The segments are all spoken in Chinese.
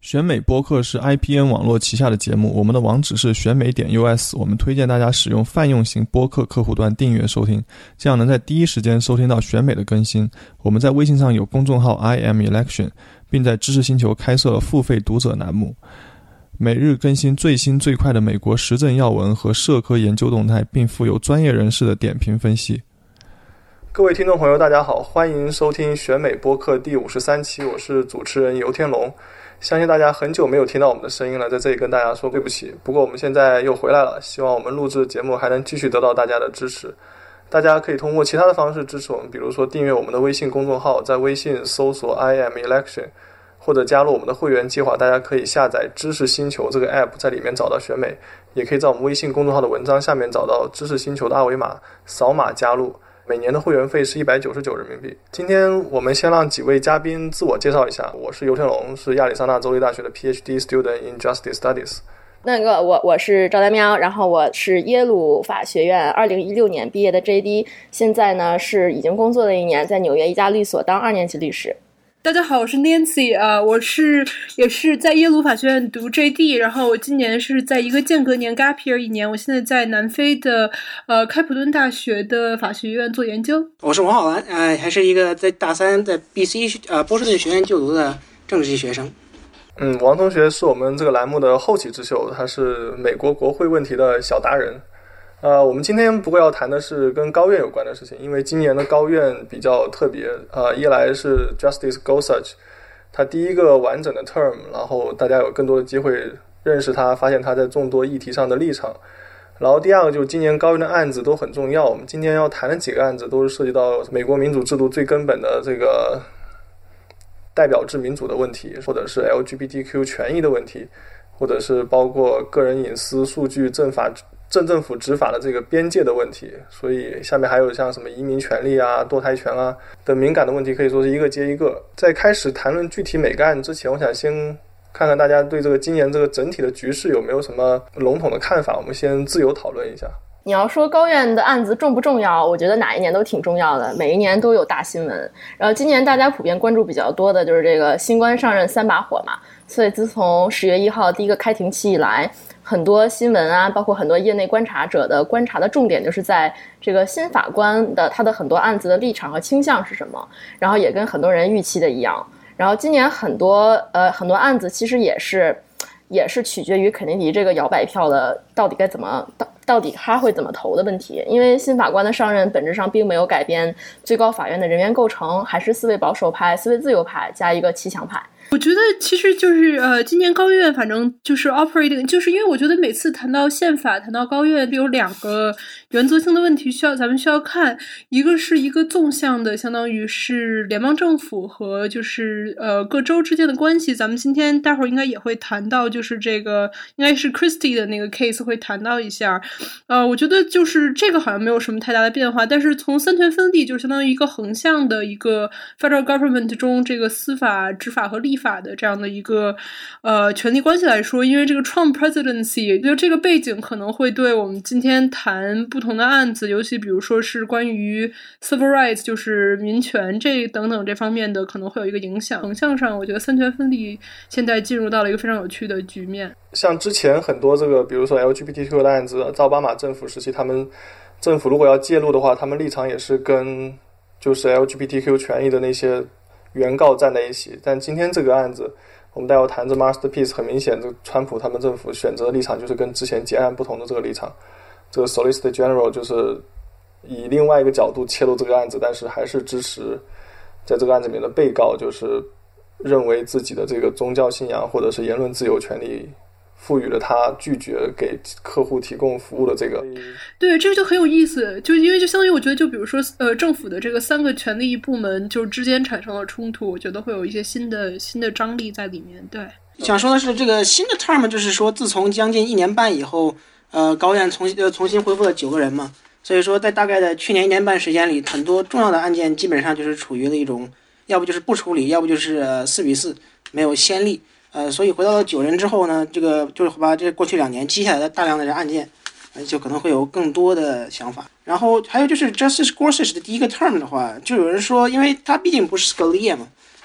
选美播客是 IPN 网络旗下的节目，我们的网址是选美.us， 我们推荐大家使用泛用型播客客户端订阅收听，这样能在第一时间收听到选美的更新。我们在微信上有公众号 IamElection， 并在知识星球开设了付费读者栏目，每日更新最新最快的美国时政要闻和社科研究动态，并附有专业人士的点评分析。各位听众朋友大家好，欢迎收听选美播客第53期，我是主持人游天龙。相信大家很久没有听到我们的声音了，在这里跟大家说对不起，不过我们现在又回来了，希望我们录制节目还能继续得到大家的支持。大家可以通过其他的方式支持我们，比如说订阅我们的微信公众号，在微信搜索 IamElection， 或者加入我们的会员计划。大家可以下载知识星球这个 app， 在里面找到选美，也可以在我们微信公众号的文章下面找到知识星球的二维码，扫码加入。每年的会员费是199人民币。今天我们先让几位嘉宾自我介绍一下。我是游天龙，是亚利桑那州立大学的 PhD student in Justice Studies。 我是赵丹喵，然后我是耶鲁法学院2016年毕业的 JD， 现在呢是已经工作了1年，在纽约一家律所当2年级律师。 大家好，我是 Nancy 我也是在耶鲁法学院读 JD， 然后我今年是在一个间隔年 gap year 1年，我现在在南非的开普敦大学的法学院做研究。 我是王浩然，还是一个在大3在 BC 波士顿学院就读的政治系学生。 王同学是我们这个栏目的后起之秀，他是美国国会问题的小达人。我们今天不过要谈的是跟高院有关的事情，因为今年的高院比较特别，一来是 Justice Gorsuch 他第一个完整的 term， 然后大家有更多的机会认识他，发现他在众多议题上的立场。然后第二个就是今年高院的案子都很重要，我们今天要谈的几个案子都是涉及到美国民主制度最根本的这个代表制民主的问题，或者是 LGBTQ 权益的问题，或者是包括个人隐私、数据、政府执法的这个边界的问题。所以下面还有像什么移民权利啊、堕胎权啊等敏感的问题，可以说是一个接一个。在开始谈论具体每个案之前，我想先看看大家对这个今年这个整体的局势有没有什么笼统的看法，我们先自由讨论一下。 你要说高院的案子重不重要，我觉得哪一年都挺重要的，每一年都有大新闻。然后今年大家普遍关注比较多的就是这个新官上任3把火嘛，所以自从10月1号第一个开庭期以来，很多新闻啊，包括很多业内观察者的观察的重点就是在这个新法官的他的很多案子的立场和倾向是什么，然后也跟很多人预期的一样。然后今年很多案子其实也是取决于肯尼迪这个摇摆票的到底他会怎么投的问题。因为新法官的上任本质上并没有改变最高法院的人员构成，还是4位保守派、4位自由派加一个7强派。 我觉得其实就是今年高院反正就是 operating， 就是因为我觉得每次谈到宪法谈到高院有2个原则性的问题咱们需要看，一个是一个纵向的，相当于是联邦政府和就是各州之间的关系，咱们今天待会儿应该也会谈到，就是这个应该是 Christie 的那个 case 会谈到一下。我觉得就是这个好像没有什么太大的变化，但是从三权分立就是相当于一个横向的一个 federal government 中这个司法、执法和立法的这样的一个权力关系来说，因为这个 Trump presidency 就这个背景可能会对我们今天谈不同的案子，尤其比如说是关于 civil rights 就是民权等等这方面的可能会有一个影响。横向上我觉得三权分立现在进入到了一个非常有趣的局面。 像之前很多这个比如说 LGBTQ 的案子，在奥巴马政府时期，他们政府如果要介入的话，他们立场也是跟就是 LGBTQ 权益的那些原告站在一起。但今天这个案子我们待会谈这 Masterpiece， 很明显这个川普他们政府选择的立场就是跟之前截然不同的这个立场。这个 Solicitor General 就是以另外一个角度切入这个案子，但是还是支持在这个案子里面的被告，就是认为自己的这个宗教信仰或者是言论自由权利赋予了他拒绝给客户提供服务的这个。 对，这个就很有意思，就因为就相当于我觉得就比如说政府的这个3个权力部门就之间产生了冲突，我觉得会有一些新的张力在里面。对， 想说的是这个新的 term 就是说自从将近1年半以后高院重新恢复了9个人嘛，所以说在大概的去年1年半时间里，很多重要的案件基本上就是处于了一种要不就是不处理，要不就是4-4没有先例。所以回到了9人之后呢，这个就是把这过去2年积下来的大量的案件，就可能会有更多的想法。然后还有就是 Justice Gorsuch 的第一个 term 的话，就有人说，因为他毕竟不是 Scalia 嘛，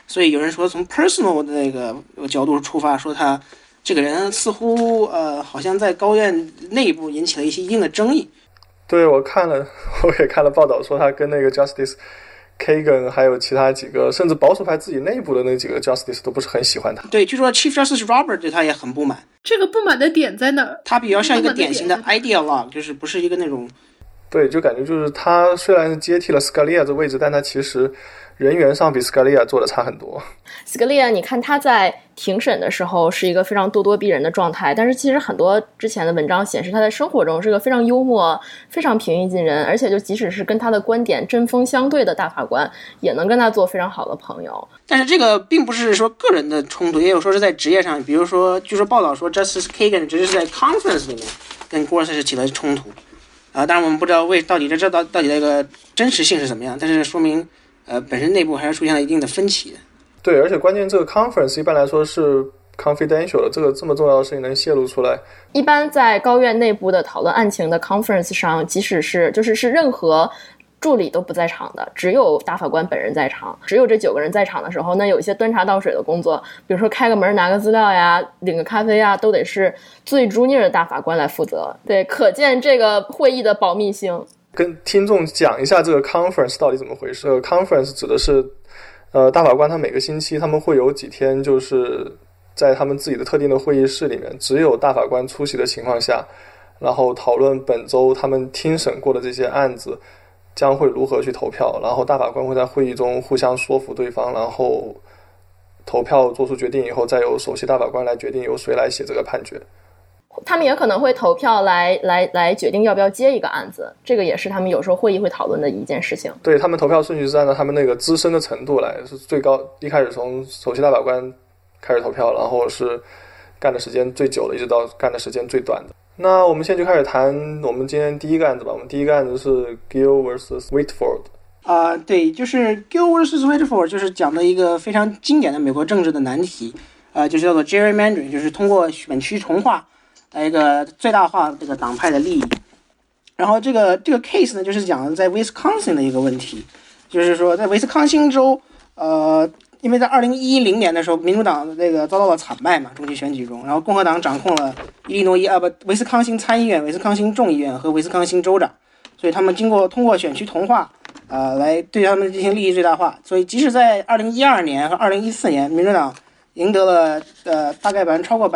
所以有人说从 personal 的那个角度出发，说他这个人似乎好像在高院内部引起了一定的争议。 对，我也看了报道，说他跟那个 Justice Kagan 还有其他几个，甚至保守派自己内部的那几个 Justice 都不是很喜欢他。 对，据说 Chief Justice Robert 对他也很不满。 这个不满的点在哪儿？ 他比较像一个典型的 ideologue， 就是不是一个那种。 对，就感觉就是他虽然是接替了 Scalia 这位置，但他其实人员上比 Scalia 做的差很多。 Scalia 你看他在庭审的时候是一个非常咄咄逼人的状态，但是其实很多之前的文章显示他在生活中是个非常幽默、非常平易近人，而且就即使是跟他的观点针锋相对的大法官，也能跟他做非常好的朋友。 但是这个并不是说个人的冲突，也有说是在职业上，比如说据说报道说 Justice Kagan 只是在 conference 里面跟 Gorsuch 起了冲突。当然我们不知道到底那个真实性是怎么样，但是说明本身内部还是出现了一定的分歧的。 对，而且关键这个 conference 一般来说是 confidential 的，这么重要的事情能泄露出来。 一般在高院内部的讨论案情的 conference 上，即使是是任何助理都不在场的，只有大法官本人在场。只有这9个人在场的时候，那有一些端茶倒水的工作，比如说开个门拿个资料呀，领个咖啡呀，都得是最 junior 的大法官来负责。对，可见这个会议的保密性。 跟听众讲一下这个 conference 到底怎么回事。conference 指的是大法官他每个星期他们会有几天就是在他们自己的特定的会议室里面，只有大法官出席的情况下，然后讨论本周他们听审过的这些案子将会如何去投票，然后大法官会在会议中互相说服对方，然后投票做出决定以后，再由首席大法官来决定由谁来写这个判决。 他们也可能会投票来决定要不要接一个案子，这个也是他们有时候会议会讨论的一件事情。 对，他们投票顺序是按照他们那个资深的程度来，是最高，一开始从首席大法官开始投票，然后是干的时间最久的，一直到干的时间最短的。那我们现在就开始谈我们今天第一个案子吧。我们第一个案子是 Gill vs. Whitford。 对，就是 Gill vs. Whitford， 就是讲的一个非常经典的美国政治的难题，就是叫做 gerrymandering， 就是通过选区重划来一个最大化这个党派的利益。然后这个 case 呢，就是讲在 Wisconsin 的一个问题，就是说在威斯康星州，因为在2010年的时候，民主党这个遭到了惨败嘛，中期选举中，然后共和党掌控了威斯康星参议院、威斯康星众议院和威斯康星州长，所以他们通过选区同化，来对他们进行利益最大化。所以即使在2012年和2014年，民主党赢得了大概超过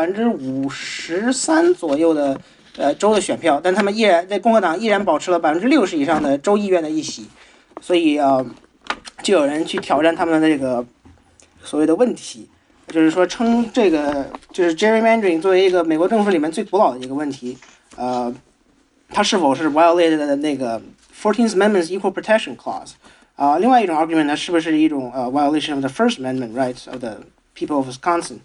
53%左右的州的选票，但他们共和党依然保持了60%以上的州议院的议席，所以就有人去挑战他们的这个所谓的问题，就是说称这个就是 gerrymandering 作为一个美国政府里面最古老的一个问题，它是否是 violated 的那个 14th Amendment's Equal Protection Clause，另外一种 argument 呢，是不是一种violation of the First Amendment rights of the people of Wisconsin。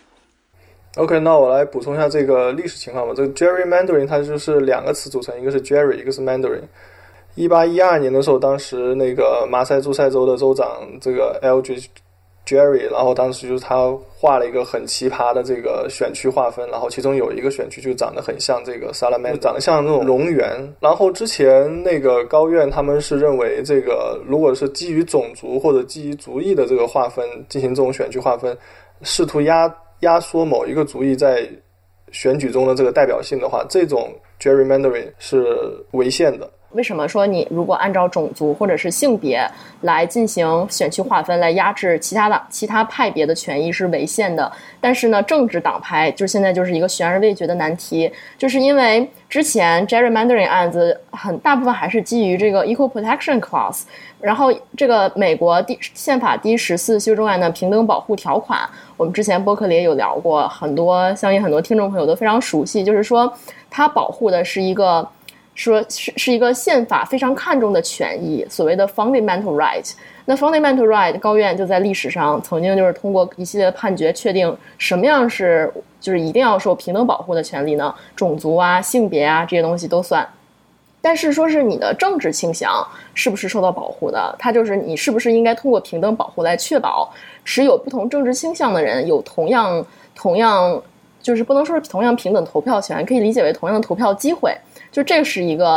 OK， 那我来补充一下这个历史情况吧。这个 gerrymandering 它就是2个词组成，一个是 gerry， 一个是 mandarin。1812年的时候，当时那个马赛诸塞州的州长这个 L.G. Jerry， 然后当时就是他画了一个很奇葩的这个选区划分，然后其中有一个选区就长得很像这个 Salamander， 长得像那种蝾螈。然后之前那个高院他们是认为这个如果是基于种族或者基于族裔的这个划分进行这种选区划分，试图压缩某一个族裔在选举中的这个代表性的话，这种 gerrymandering 是违宪的。 为什么说你如果按照种族或者是性别来进行选区划分，来压制其他派别的权益是违宪的？但是呢，政治党派就是现在就是一个悬而未决的难题，就是因为之前 gerrymandering 案子很大部分还是基于这个 Equal Protection Clause， 然后这个美国宪法第14修正案的平等保护条款，我们之前播客里也有聊过，相信很多听众朋友都非常熟悉，就是说它保护的是一个宪法非常看重的权益，所谓的 fundamental right。 那 fundamental right 高院就在历史上曾经就是通过一系列的判决确定什么样是就是一定要受平等保护的权利呢？种族啊、性别啊这些东西都算。但是说是你的政治倾向是不是受到保护的，它就是你是不是应该通过平等保护来确保持有不同政治倾向的人有同样就是不能说是同样平等投票权，可以理解为同样的投票机会。就这是一个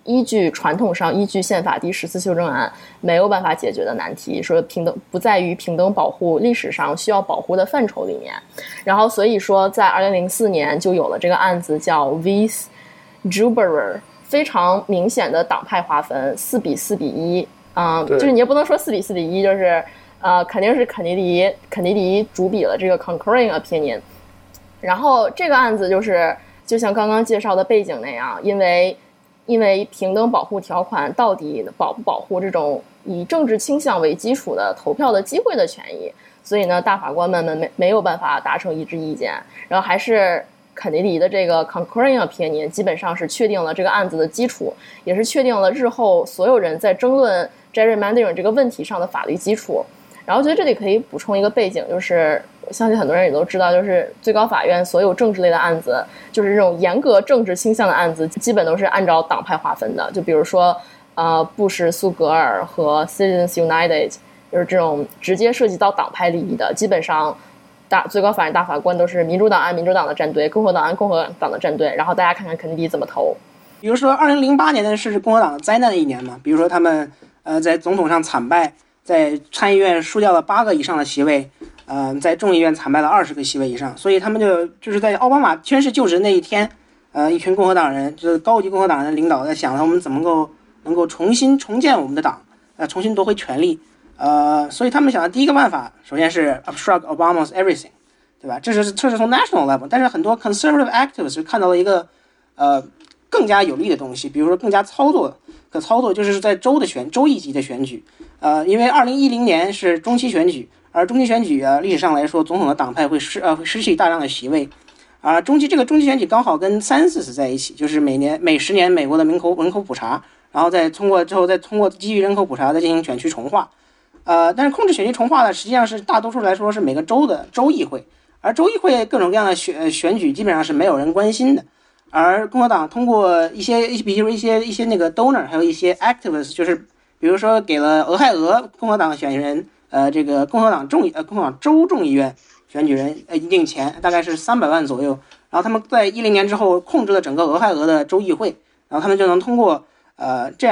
依据传统上依据宪法第14修正案没有办法解决的难题，说平等不在于平等保护历史上需要保护的范畴里面。然后所以说在2004年就有了这个案子叫 Vice Juberer， 非常明显的党派划分，4:4:1，就是你也不能说4:4:1，就是肯定是肯尼迪主笔了这个 concurring opinion。然后这个案子就像刚刚介绍的背景那样，因为平等保护条款到底保不保护这种以政治倾向为基础的投票的机会的权益，所以呢，大法官们没有办法达成一致意见，然后还是肯尼迪的这个 concurring opinion 基本上是确定了这个案子的基础，也是确定了日后所有人在争论 gerrymandering 这个问题上的法律基础。然后觉得这里可以补充一个背景，就是我相信很多人也都知道，就是最高法院所有政治类的案子，就是这种严格政治倾向的案子，基本都是按照党派划分的。就比如说布什、苏格尔和 Citizens United， 就是这种直接涉及到党派利益的，基本上最高法院大法官都是民主党按民主党的站队，共和党按共和党的站队，然后大家看看肯尼迪怎么投。 比如说2008年的是共和党的灾难的一年嘛，比如说他们在总统上惨败，在参议院输掉了8个以上的席位，在众议院惨败了20个席位以上，所以他们就是在奥巴马宣誓就职那一天，一群共和党人，就是高级共和党人领导在想，我们怎么能够重新重建我们的党，重新夺回权力，所以他们想的第一个办法，首先是 obstruct Obama's everything， 对吧？这是从 national level， 但是很多 conservative activists 看到了一个更加有利的东西，比如说更加可操作，就是在州议级的选举，因为2010年是中期选举，而中期选举历史上来说，总统的党派会失去大量的席位，中期选举刚好跟340在一起，就是每10年美国的人口普查，然后再通过基于人口普查再进行选区重划，但是控制选区重划的实际上是大多数来说是每个州的州议会，而州议会各种各样的选举基本上是没有人关心的。而共和党通过比如一些那个 donor， 还有一些 activists， 就是比如说给了俄亥俄共和党选人，这个共和党州众议院选举人一定钱，大概是300万左右。然后他们在10年之后控制了整个俄亥俄的州议会，然后他们就能通过这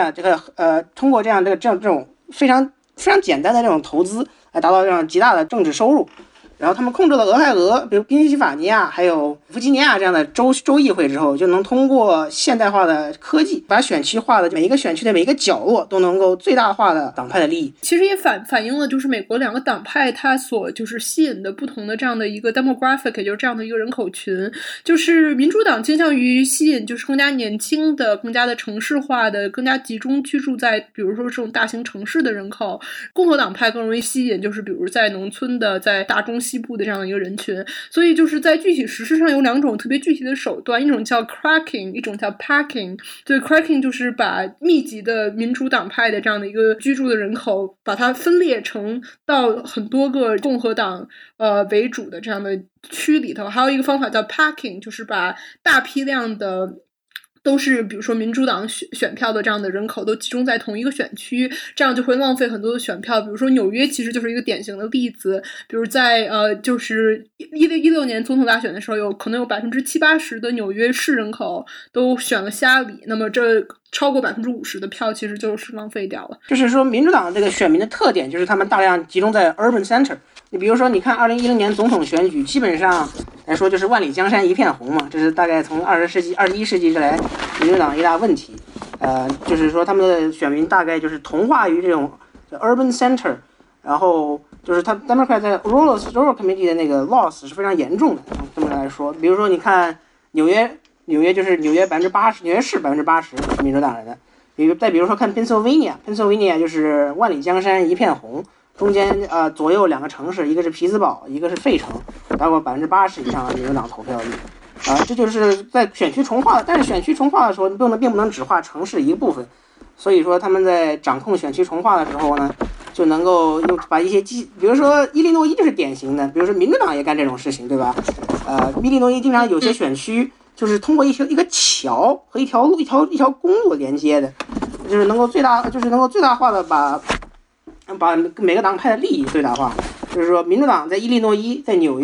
种非常非常简单的这种投资来达到这样极大的政治收入。然后他们控制了俄亥俄，比如宾夕法尼亚还有弗吉尼亚这样的州议会之后，就能通过现代化的科技，把选区划的每一个选区的每一个角落都能够最大化的党派的利益。 其实也反映了就是美国两个党派它所就是吸引的不同的这样的一个 demographic， 也就是这样的一个人口群。就是民主党倾向于吸引就是更加年轻的、更加的城市化的、更加集中居住在比如说这种大型城市的人口。共和党派更容易吸引就是比如在农村的、在大中西部的这样的一个人群。所以就是在具体实施上有2种特别具体的手段，一种叫 cracking， 一种叫 packing。对， cracking 就是把密集的民主党派的这样的一个居住的人口把它分裂成到很多个共和党为主的这样的区里头。还有一个方法叫 packing， 就是把大批量的都是比如说民主党选票的这样的人口都集中在同一个选区，这样就会浪费很多的选票。比如说纽约其实就是一个典型的例子，比如在就是16年总统大选的时候，可能有70-80%的纽约市人口都选了希拉里，那么这超过50%的票其实就是浪费掉了。 就是说民主党这个选民的特点就是他们大量集中在 urban center。你比如说你看2010年总统选举，基本上来说就是万里江山一片红嘛，这是大概从21世纪以来民主党一大问题。就是说他们的选民大概就是同化于这种 urban center， 然后就是他 Democrat 在 rural committee 的那个 loss 是非常严重的。这么来说，比如说你看纽约就是纽约80%，纽约市80%是民主党人的。比如说看 Pennsylvania 就是万里江山一片红，中间左右2个城市，一个是匹兹堡，一个是费城，达过80%以上的民主党投票率。这就是在选区重划，但是选区重划的时候并不能只划城市一部分，所以说他们在掌控选区重划的时候呢，就能够又把一些比如说伊利诺伊就是典型的，比如说民主党也干这种事情，对吧？伊利诺伊经常有些选区就是通过一个桥和一条公路连接的，就是能够最大化的把每个党派的利益最大化。就是说民主党在伊利诺伊、在纽约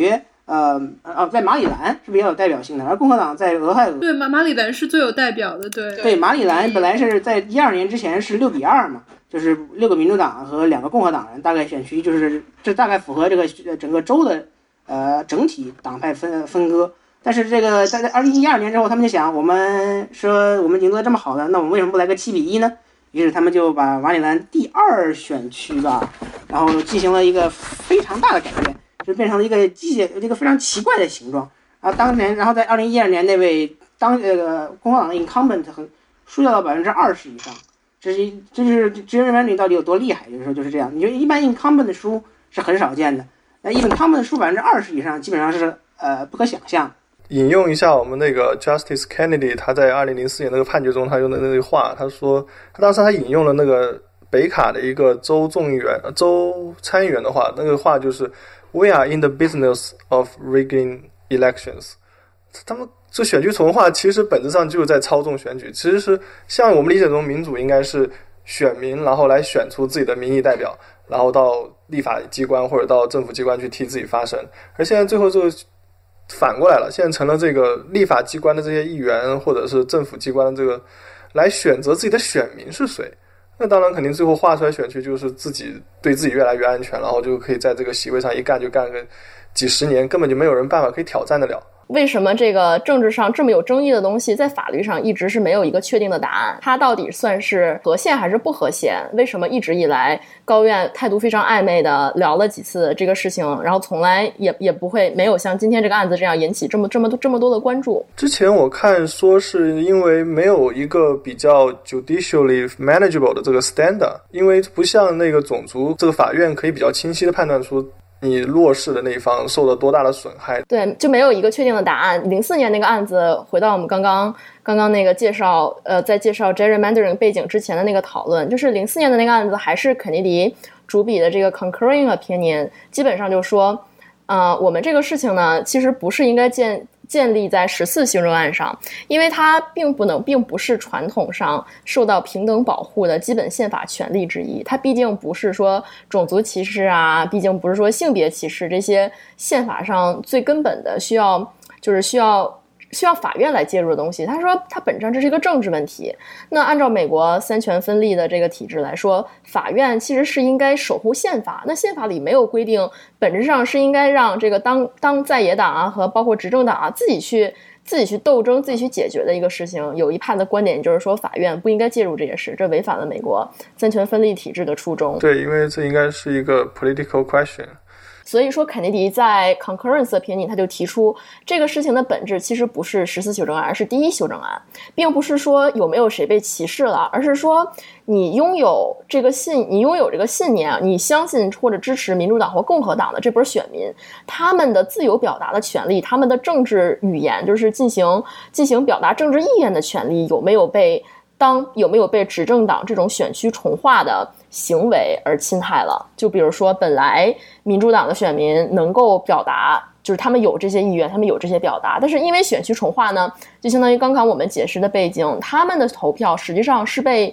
在马里兰是比较有代表性的，而共和党在俄亥俄。 对，马里兰是最有代表的， 对，马里兰本来是在12年之前是6-2嘛，就是6个民主党和2个共和党人，大概选区就是这大概符合这个整个州的整体党派分割。但是这个在2012年之后，他们就想，我们说我们赢得这么好的，那我们为什么不来个7-1呢？于是他们就把马里兰第2选区吧，然后进行了一个非常大的改变，就变成了一个这个非常奇怪的形状。然后在2012年那位共和党的 incumbent 输掉了20%以上，这就是职业人员到底有多厉害，有时候就是这样。你觉得一般 incumbent 的输是很少见的，那incumbent 输20%以上基本上是不可想象。 引用一下我们那个 Justice Kennedy 他在2004年那个判决中他用的那句话，他说当时他引用了那个北卡的一个州参议员的话，那个话就是 We are in the business of rigging elections。 他们这选举重划其实本质上就是在操纵选举，其实是像我们理解中民主应该是选民然后来选出自己的民意代表，然后到立法机关或者到政府机关去替自己发声，而现在最后就反过来了，现在成了这个立法机关的这些议员或者是政府机关的这个来选择自己的选民是谁。那当然肯定最后画出来选区就是自己对自己越来越安全，然后就可以在这个席位上一干就干个几十年，根本就没有人办法可以挑战得了。 为什么这个政治上这么有争议的东西在法律上一直是没有一个确定的答案？它到底算是合宪还是不合宪？为什么一直以来高院态度非常暧昧的聊了几次这个事情，然后从来也不会没有像今天这个案子这样引起这么多的关注？ 之前我看说是因为没有一个比较 judicially manageable 的这个 standard， 因为不像那个种族这个法院可以比较清晰的判断出你弱势的那一方受了多大的损害。 对，就没有一个确定的答案。04年那个案子，回到我们刚刚那个介绍在介绍 gerrymandering 背景之前的那个讨论，就是04年的那个案子还是肯尼迪主笔的这个 concurring opinion， 基本上就说我们这个事情呢其实不是应该建立在14行政案上，因为它并不是传统上受到平等保护的基本宪法权利之一，它毕竟不是说种族歧视啊，毕竟不是说性别歧视，这些宪法上最根本的需要法院来介入的东西。他说它本质上这是一个政治问题，那按照美国三权分立的这个体制来说，法院其实是应该守护宪法，那宪法里没有规定本质上是应该让这个当在野党啊和包括执政党啊自己去斗争自己去解决的一个事情。有一派的观点就是说法院不应该介入这些事，这违反了美国三权分立体制的初衷。 对，因为这应该是一个 political question。 所以说肯尼迪在 concurrence opinion 他就提出这个事情的本质其实不是14修正案，而是第1修正案，并不是说有没有谁被歧视了，而是说你拥有这个信念，你相信或者支持民主党或共和党的这波选民，他们的自由表达的权利，他们的政治语言，就是进行表达政治意愿的权利，有没有被执政党这种选区重划的行为而侵害了。就比如说本来民主党的选民能够表达，就是他们有这些意愿，他们有这些表达，但是因为选区重划呢，就相当于刚刚我们解释的背景，他们的投票实际上是被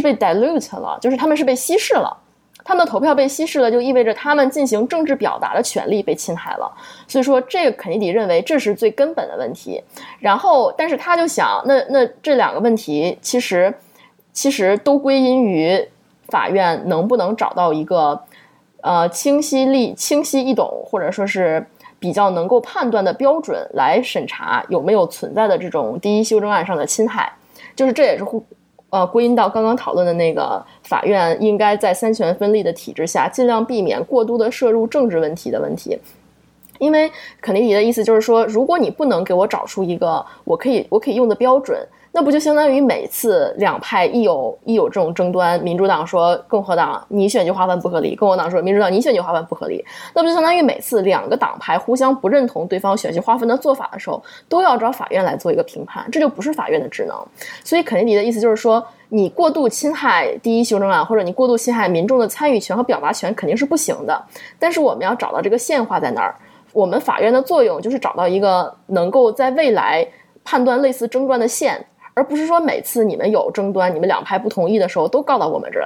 dilute 了，就是他们是被稀释了，他们的投票被稀释了，就意味着他们进行政治表达的权利被侵害了。所以说这个肯尼迪认为这是最根本的问题。然后但是他就想，那这两个问题其实都归因于法院能不能找到一个清晰易懂，或者说是比较能够判断的标准来审查有没有存在的这种第1修正案上的侵害。就是这也是归因到刚刚讨论的那个法院应该在三权分立的体制下尽量避免过度的涉入政治问题的问题。因为肯尼迪的意思就是说，如果你不能给我找出一个我可以用的标准，那不就相当于每次两派一有这种争端，民主党说共和党你选举划分不合理，共和党说民主党你选举划分不合理，那不就相当于每次两个党派互相不认同对方选举划分的做法的时候，都要找法院来做一个评判，这就不是法院的职能。所以肯尼迪的意思就是说，你过度侵害第1修正案，或者你过度侵害民众的参与权和表达权肯定是不行的，但是我们要找到这个线画在哪儿。我们法院的作用就是找到一个能够在未来判断类似争端的线，而不是说每次你们有争端，你们两派不同意的时候都告到我们这儿来。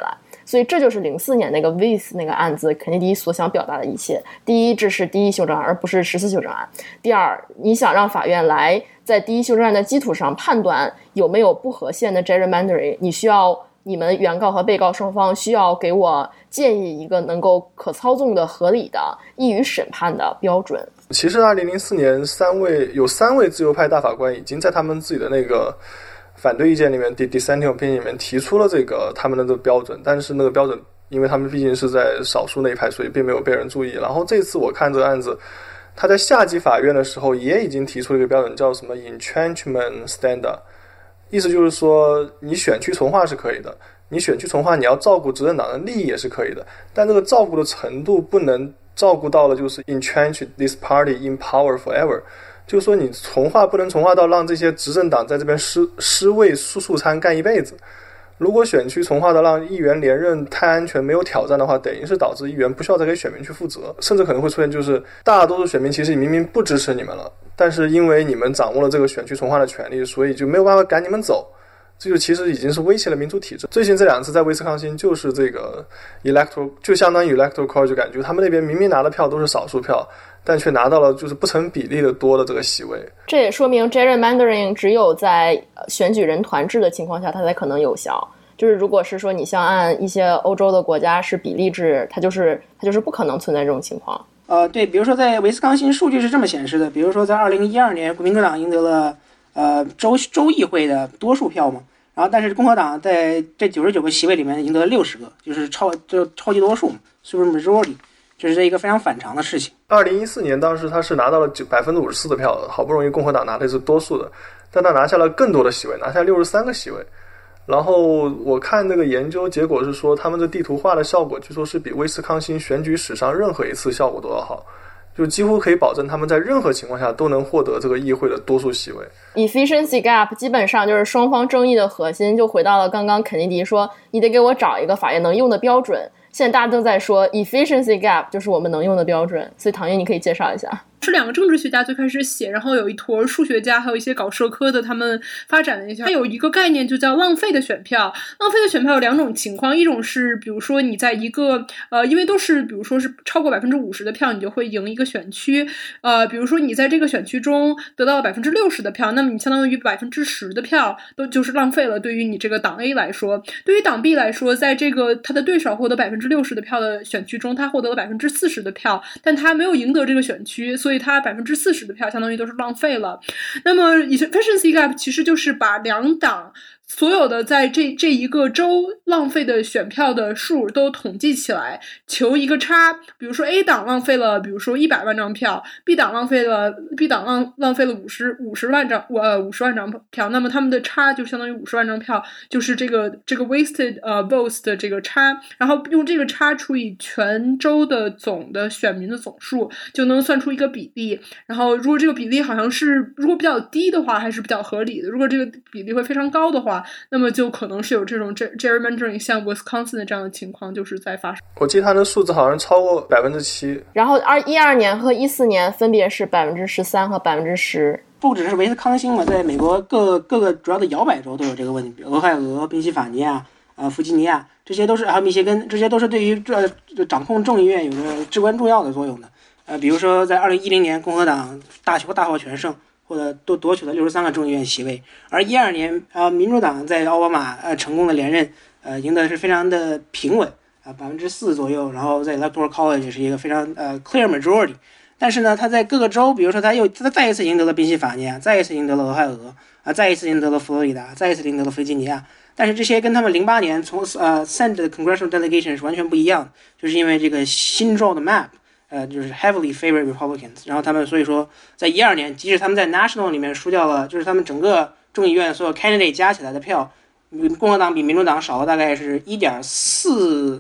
所以这就是04年那个 Weiss 那个案子肯尼迪所想表达的一切。第一，这是第一修正案而不是14修正案。第二，你想让法院来在第一修正案的基础上判断有没有不合宪的 gerrymandering， 你们原告和被告双方需要给我建议一个能够可操纵的、合理的、易于审判的标准。 其实2004年有3位自由派大法官已经在他们自己的那个反对意见里面 dissenting opinion 里面提出了这个他们的这个标准，但是那个标准因为他们毕竟是在少数那一派，所以并没有被人注意。然后这次我看这个案子，他在下级法院的时候也已经提出了一个标准，叫什么 entrenchment standard，意思就是说你选区从化是可以的，你选区从化你要照顾执政党的利益也是可以的，但这个照顾的程度不能照顾到了就是 entrench this party in power forever， 就是说你从化不能从化到让这些执政党在这边尸位素餐干一辈子。如果选区从化的让议员连任太安全没有挑战的话，等于是导致议员不需要再给选民去负责，甚至可能会出现就是大多数选民其实明明不支持你们了，但是因为你们掌握了这个选区从化的权利，所以就没有办法赶你们走，这就其实已经是威胁了民主体制。最近这2次在威斯康星就是这个 electoral 就相当于 electoral college， 感觉他们那边明明拿的票都是少数票，但却拿到了就是不成比例的多的这个席位。这也说明 gerrymandering 只有在选举人团制的情况下它才可能有效，就是如果是说你像按一些欧洲的国家是比例制，它就是不可能存在这种情况。 对，比如说在威斯康星数据是这么显示的，比如说在2012年国民党赢得了州议会的多数票嘛，然后但是共和党在这99个席位里面赢得了60个，就是超级多数嘛 ，super majority， 这是一个非常反常的事情。 2014年当时他是拿到了54%的票，好不容易共和党拿的是多数的，但他拿下了更多的席位，拿下63个席位。然后我看那个研究结果是说，他们的地图化的效果据说是比威斯康星选举史上任何一次效果都要好，就几乎可以保证他们在任何情况下都能获得这个议会的多数席位。 Efficiency gap 基本上就是双方争议的核心，就回到了刚刚肯尼迪说你得给我找一个法院能用的标准，现在大家都在说 efficiency gap 就是我们能用的标准，所以唐英你可以介绍一下。 是2个政治学家最开始写，然后有一坨数学家还有一些搞社科的他们发展了一下。它有一个概念就叫浪费的选票。浪费的选票有2种情况，一种是比如说你在一个因为都是比如说是超过 50% 的票你就会赢一个选区，比如说你在这个选区中得到了 60% 的票，那么你相当于 10% 的票都就是浪费了。对于你这个党 A 来说，对于党 B 来说，在这个他的对手获得 60% 的票的选区中，他获得了 40% 的票，但他没有赢得这个选区，所以他 40% 的票相当于都是浪费了。那么 efficiency gap 其实就是把2党所有的在这一个州浪费的选票的数都统计起来，求一个差。比如说 A 党浪费了比如说100万张票， B 党浪费了50万张票，那么他们的差就相当于50万张票，就是这个 wasted votes 的这个差，然后用这个差除以全州的总的选民的总数，就能算出一个比例。然后如果这个比例好像是如果比较低的话还是比较合理的，如果这个比例会非常高的话，那么就可能是有这种 gerrymandering 像 Wisconsin 的这样的情况就是在发生。 我记得他的数字好像超过 7%， 然后12年和14年分别是 13% 和 10%。 不只是威斯康星嘛，在美国各个主要的摇摆州都有这个问题，比如俄亥俄、宾夕法尼亚、弗吉尼亚，这些都是还有密歇根，这些都是对于掌控众议院有着至关重要的作用的。比如说在2010年共和党大获全胜，或者都夺取了63个众议院席位，而12年民主党在奥巴马成功的连任，赢得是非常的平稳4%左右，然后在 Electoral College 也是一个非常clear majority。但是呢，他在各个州，比如说他再一次赢得了宾夕法尼亚，再一次赢得了俄亥俄再一次赢得了佛罗里达，再一次赢得了弗吉尼亚。但是这些跟他们08年从send 的 congressional delegation 是完全不一样的，就是因为这个新州的 map。就是 heavily favor Republicans， 然后他们所以说在12年，即使他们在 national 里面输掉了，就是他们整个众议院所有 candidate 加起来的票，共和党比民主党少了大概是140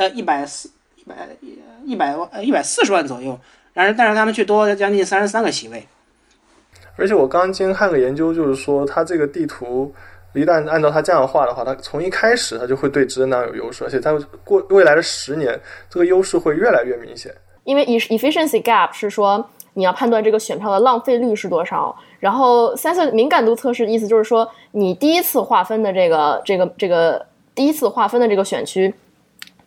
万左右，但是他们却多了将近33个席位。 而且我刚今天看个研究，就是说它这个地图一旦按照它这样画的话，它从一开始它就会对执政党有优势，而且它未来的10年这个优势会越来越明显。 因为 efficiency gap 是说你要判断这个选票的浪费率是多少，然后Sensor敏感度测试的意思就是说你第一次划分的这个第一次划分的这个选区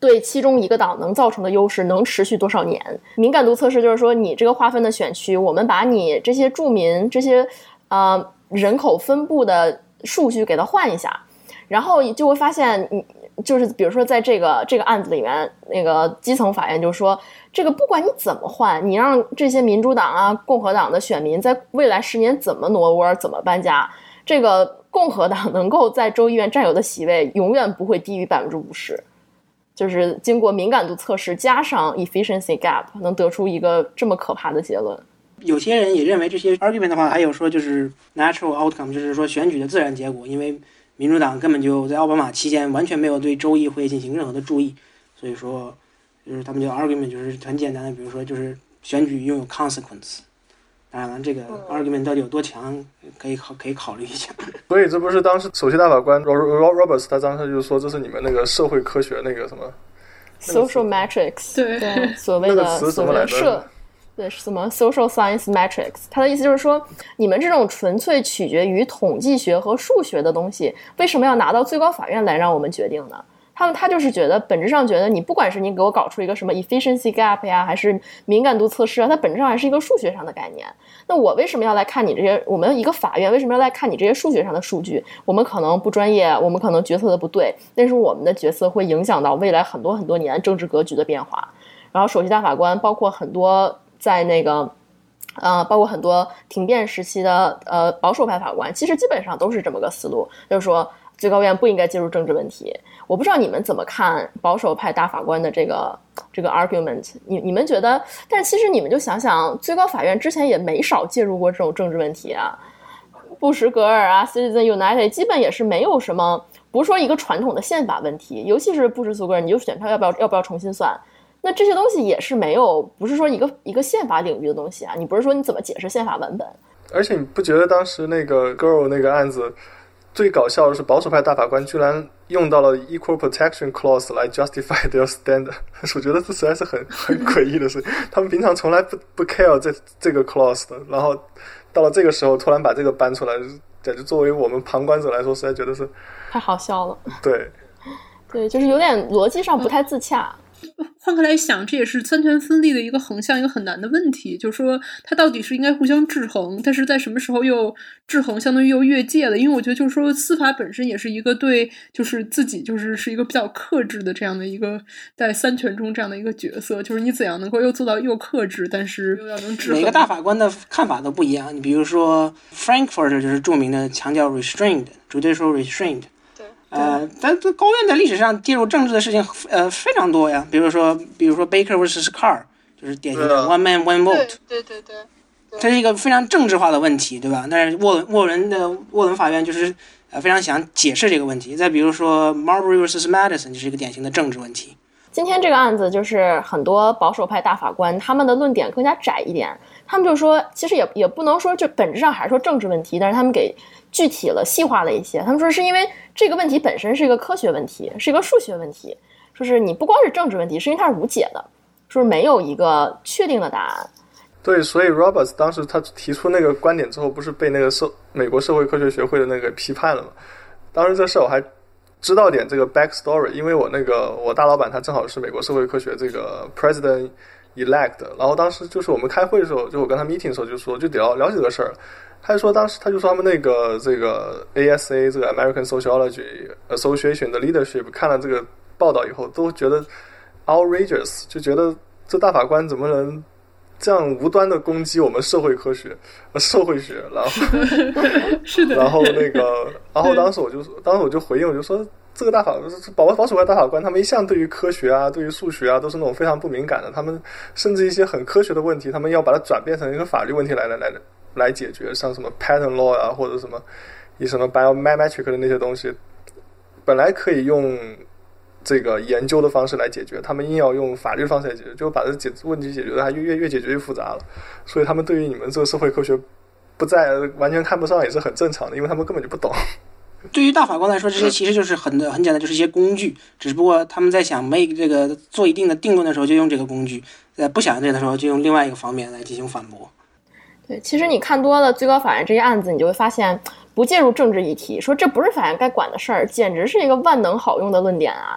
对其中一个党能造成的优势能持续多少年。敏感度测试就是说，你这个划分的选区，我们把你这些住民这些人口分布的数据给它换一下，然后就会发现就是比如说在这个案子里面，那个基层法院就说，这个不管你怎么换，你让这些民主党啊共和党的选民在未来10年怎么挪窝怎么搬家，这个共和党能够在州议院占有的席位永远不会低于50%，就是经过敏感度测试加上 efficiency gap 能得出一个这么可怕的结论。 有些人也认为这些 argument 的话，还有说就是 natural outcome， 就是说选举的自然结果，因为民主党根本就在奥巴马期间完全没有对州议会进行任何的注意，所以说就是他们就 argument 就是很简单的，比如说就是选举拥有 consequence。当然了，这个 argument 到底有多强，可以考虑一下。 所以这不是当时首席大法官 Roberts 他当时就说，这是你们那个社会科学那个什么 social metrics， 对，所谓的那个词怎么来着？ 对，是什么 social science metrics？ 他的意思就是说，你们这种纯粹取决于统计学和数学的东西，为什么要拿到最高法院来让我们决定呢？他就是觉得，本质上觉得你不管是你给我搞出一个什么 efficiency gap 呀，还是敏感度测试啊，它本质上还是一个数学上的概念。那我为什么要来看你这些？我们一个法院为什么要来看你这些数学上的数据？我们可能不专业，我们可能决策的不对，但是我们的决策会影响到未来很多很多年政治格局的变化。然后首席大法官包括很多在那个包括很多庭辩时期的保守派法官，其实基本上都是这么个思路，就是说最高院不应该介入政治问题。我不知道你们怎么看保守派大法官的这个 argument， 你们觉得？但是其实你们就想想，最高法院之前也没少介入过这种政治问题啊，布什格尔啊 ，Citizen United 基本也是没有什么，不是说一个传统的宪法问题，尤其是布什苏格尔，你就选票要不要重新算？那这些东西也是没有，不是说一个宪法领域的东西啊，你不是说你怎么解释宪法文本？ 而且你不觉得当时那个 Girl 那个案子？最搞笑的是，保守派大法官居然用到了 equal protection clause 来 justify their stand， 我觉得这实在是很诡异的事。他们平常从来不 care 这个 clause 的，然后到了这个时候突然把这个搬出来，简直作为我们旁观者来说，实在觉得是太好笑了。对，就是有点逻辑上不太自洽。 换开来想，这也是三权分立的一个横向一个很难的问题，就是说它到底是应该互相制衡，但是在什么时候又制衡相当于又越界了。因为我觉得就是说司法本身也是一个对就是自己是一个比较克制的这样的一个在三权中这样的一个角色，就是你怎样能够又做到又克制但是又要能制衡。 每个大法官的看法都不一样，你比如说 Frankfurter 就是著名的强调 restrained judicial restraint，但高院在历史上介入政治的事情非常多呀，比如说 Baker vs Carr 就是典型的 one man one vote， 对， 这是一个非常政治化的问题，对吧？但是沃伦法院就是非常想解释这个问题。再比如说 Marbury vs Madison 就是一个典型的政治问题。 今天这个案子就是很多保守派大法官他们的论点更加窄一点，他们就说其实也不能说就本质上还是说政治问题，但是他们给具体了细化了一些。他们说是因为这个问题本身是一个科学问题，是一个数学问题，说是你不光是政治问题，是因为它是无解的，说是没有一个确定的答案。 对，所以 Roberts 当时他提出那个观点之后，不是被那个美国社会科学学会的那个批判了吗？当时这事我还知道点这个 backstory， 因为我大老板他正好是美国社会科学这个 president elect， 然后当时就是我们开会的时候，就我跟他 meeting 的时候就聊起这个事儿。他就说他们那个这个 ASA 这个 American Sociology Association 的 leadership 看了这个报道以后，都觉得 outrageous， 就觉得这大法官怎么能这样无端的攻击我们社会科学、社会学，然后是的， 然后当时我就回应，我就说这个保守派大法官他们一向对于科学啊、对于数学啊都是那种非常不敏感的，他们甚至一些很科学的问题，他们要把它转变成一个法律问题来解决，像什么 patent law 啊，或者什么以什么 biometric 的那些东西，本来可以用这个研究的方式来解决，他们硬要用法律方式来解决，就把这问题解决的还越解决越复杂了。所以他们对于你们这个社会科学完全看不上也是很正常的，因为他们根本就不懂。 对于大法官来说，这些其实就是很简单，就是一些工具，只不过他们在想做一定的定论的时候就用这个工具，在不想这个的时候就用另外一个方面来进行反驳。 对，其实你看多了最高法院这些案子，你就会发现不介入政治议题，说这不是法院该管的事儿，简直是一个万能好用的论点啊。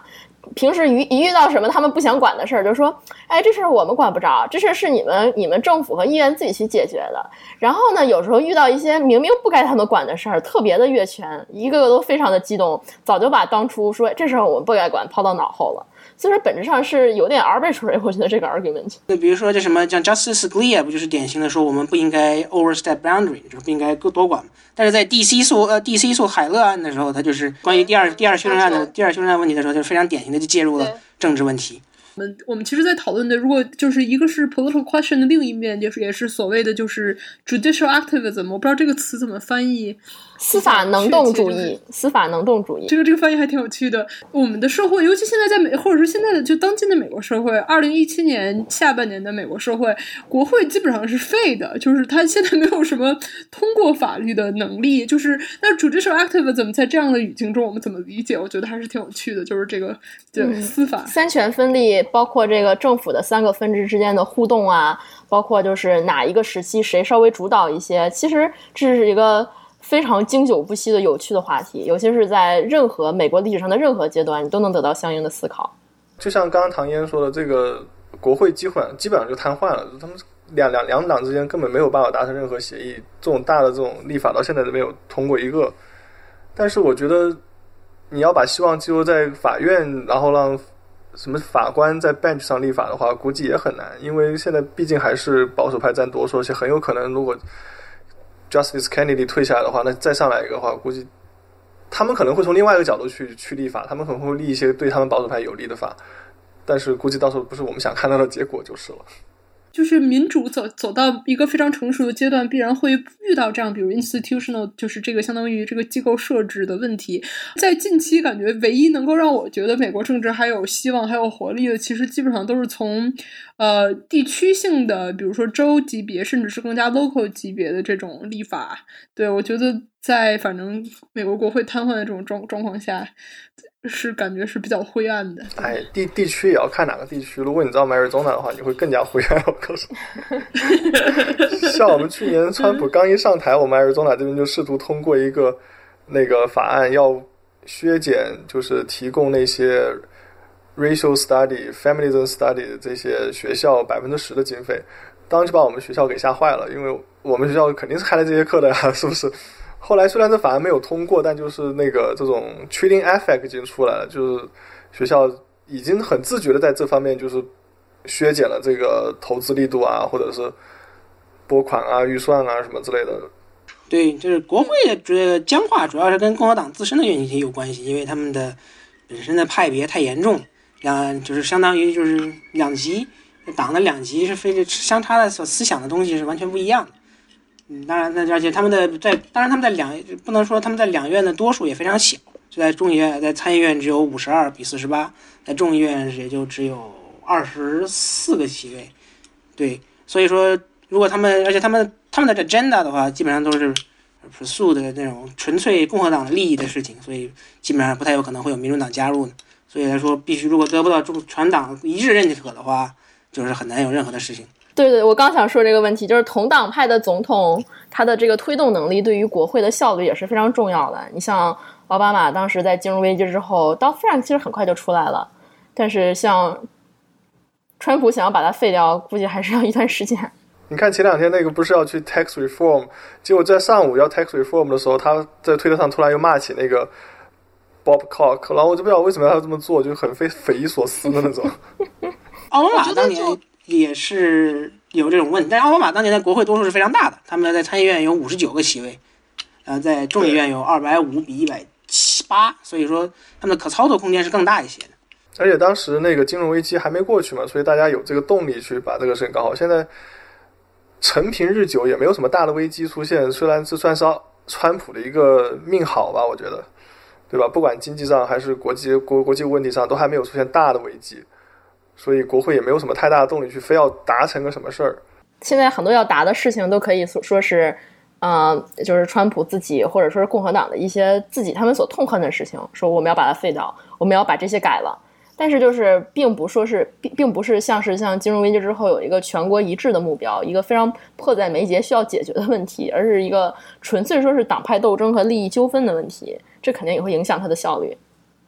平时一遇到什么他们不想管的事儿，就说，哎，这事儿我们管不着，这事儿是你们政府和医院自己去解决的。然后呢，有时候遇到一些明明不该他们管的事儿，特别的越权，一个个都非常的激动，早就把当初说这事儿我们不该管抛到脑后了。所以说本质上是有点 arbitrary， 我觉得这个 argument。 那比如说这什么像 Justice Scalia 不就是典型的说我们不应该 overstep boundary， 就是不应该多管。但是在 DC 诉海勒案的时候，他就是关于第二修正案问题的时候，就是非常典型的就介入了政治问题。 我们其实在讨论的，如果就是一个是 political question 的另一面，也是所谓的就是 judicial activism， 我不知道这个词怎么翻译。 司法能动主义，司法能动主义， 这个翻译还挺有趣的。我们的社会，尤其现在或者说现在的就当今的美国社会，2017年下半年的美国社会，国会基本上是废的，就是它现在没有什么通过法律的能力。就是那 judicial activism 在这样的语境中，我们怎么理解？我觉得还是挺有趣的，就是这个司法三权分立，包括这个政府的3个分支之间的互动啊，包括就是哪一个时期谁稍微主导一些，其实这是一个非常经久不息的有趣的话题，尤其是在任何美国历史上的任何阶段，你都能得到相应的思考。 就像刚刚唐嫣说的，这个国会基本上就瘫痪了，他们两党之间根本没有办法达成任何协议，这种大的这种立法到现在都没有通过一个。但是我觉得你要把希望寄托在法院，然后让什么法官在 bench 上立法的话，估计也很难，因为现在毕竟还是保守派占多数，而且很有可能如果Justice Kennedy 退下来的话，那再上来一个的话，估计他们可能会从另外一个角度去立法，他们可能会立一些对他们保守派有利的法，但是估计到时候不是我们想看到的结果就是了。 就是民主走到一个非常成熟的阶段，必然会遇到这样比如 institutional 就是这个相当于这个机构设置的问题。在近期感觉唯一能够让我觉得美国政治还有希望还有活力的，其实基本上都是从地区性的比如说州级别甚至是更加 local 级别的这种立法。对，我觉得在反正美国国会瘫痪的这种状况下是感觉是比较灰暗的。 哎，地区也要看哪个地区，如果你知道 Arizona 的话，你会更加灰暗。我告诉你，像我们去年川普刚一上台，我们 Arizona 这边就试图通过一个那个法案，要削减就是提供那些 racial study、feminism study 这些学校10%的经费，当时把我们学校给吓坏了，因为我们学校肯定是开了这些课的呀，是不是？后来虽然这法案没有通过，但就是那个这种 treating effect 已经出来了，就是学校已经很自觉的在这方面就是削减了这个投资力度啊，或者是拨款啊、预算啊什么之类的。 对，就是国会的僵化主要是跟共和党自身的原因有关系，因为他们的本身的派别太严重，就是相当于就是两极，党的两极是相差的所思想的东西是完全不一样的。当然，而且他们不能说他们在两院的多数也非常小，就在众议院、在参议院只有52比48，在众议院也就只有24个席位。对，所以说如果他们的 agenda 的话，基本上都是 pursue 的那种纯粹共和党的利益的事情，所以基本上不太有可能会有民主党加入的。所以来说，必须如果得不到全党一致认可的话，就是很难有任何的事情。 对，我刚想说这个问题，就是同党派的总统，他的这个推动能力对于国会的效率也是非常重要的。你像奥巴马当时在金融危机之后，Dodd-Frank其实很快就出来了，但是像川普想要把它废掉，估计还是要一段时间。 你看前2天那个不是要去 tax reform， 结果在上午要 tax reform 的时候，他在推特上突然又骂起那个 Bob Cork， 然后我就不知道为什么要这么做，就很匪夷所思的那种。 奥巴马当年也是有这种问题，但是奥巴马当年的国会多数是非常大的，他们在参议院有59个席位，在众议院有250比178，所以说他们的可操作空间是更大一些的。 而且当时那个金融危机还没过去嘛，所以大家有这个动力去把这个事情搞好。现在承平日久，也没有什么大的危机出现，虽然这算是川普的一个命好吧，我觉得，对吧？不管经济上还是国际问题上，都还没有出现大的危机。所以国会也没有什么太大的动力去非要达成个什么事儿。 现在很多要达的事情都可以说是，就是川普自己或者说是共和党的一些他们所痛恨的事情，说我们要把它废掉，我们要把这些改了。但是就是并不是像金融危机之后有一个全国一致的目标，一个非常迫在眉睫需要解决的问题，而是一个纯粹说是党派斗争和利益纠纷的问题，这肯定也会影响它的效率。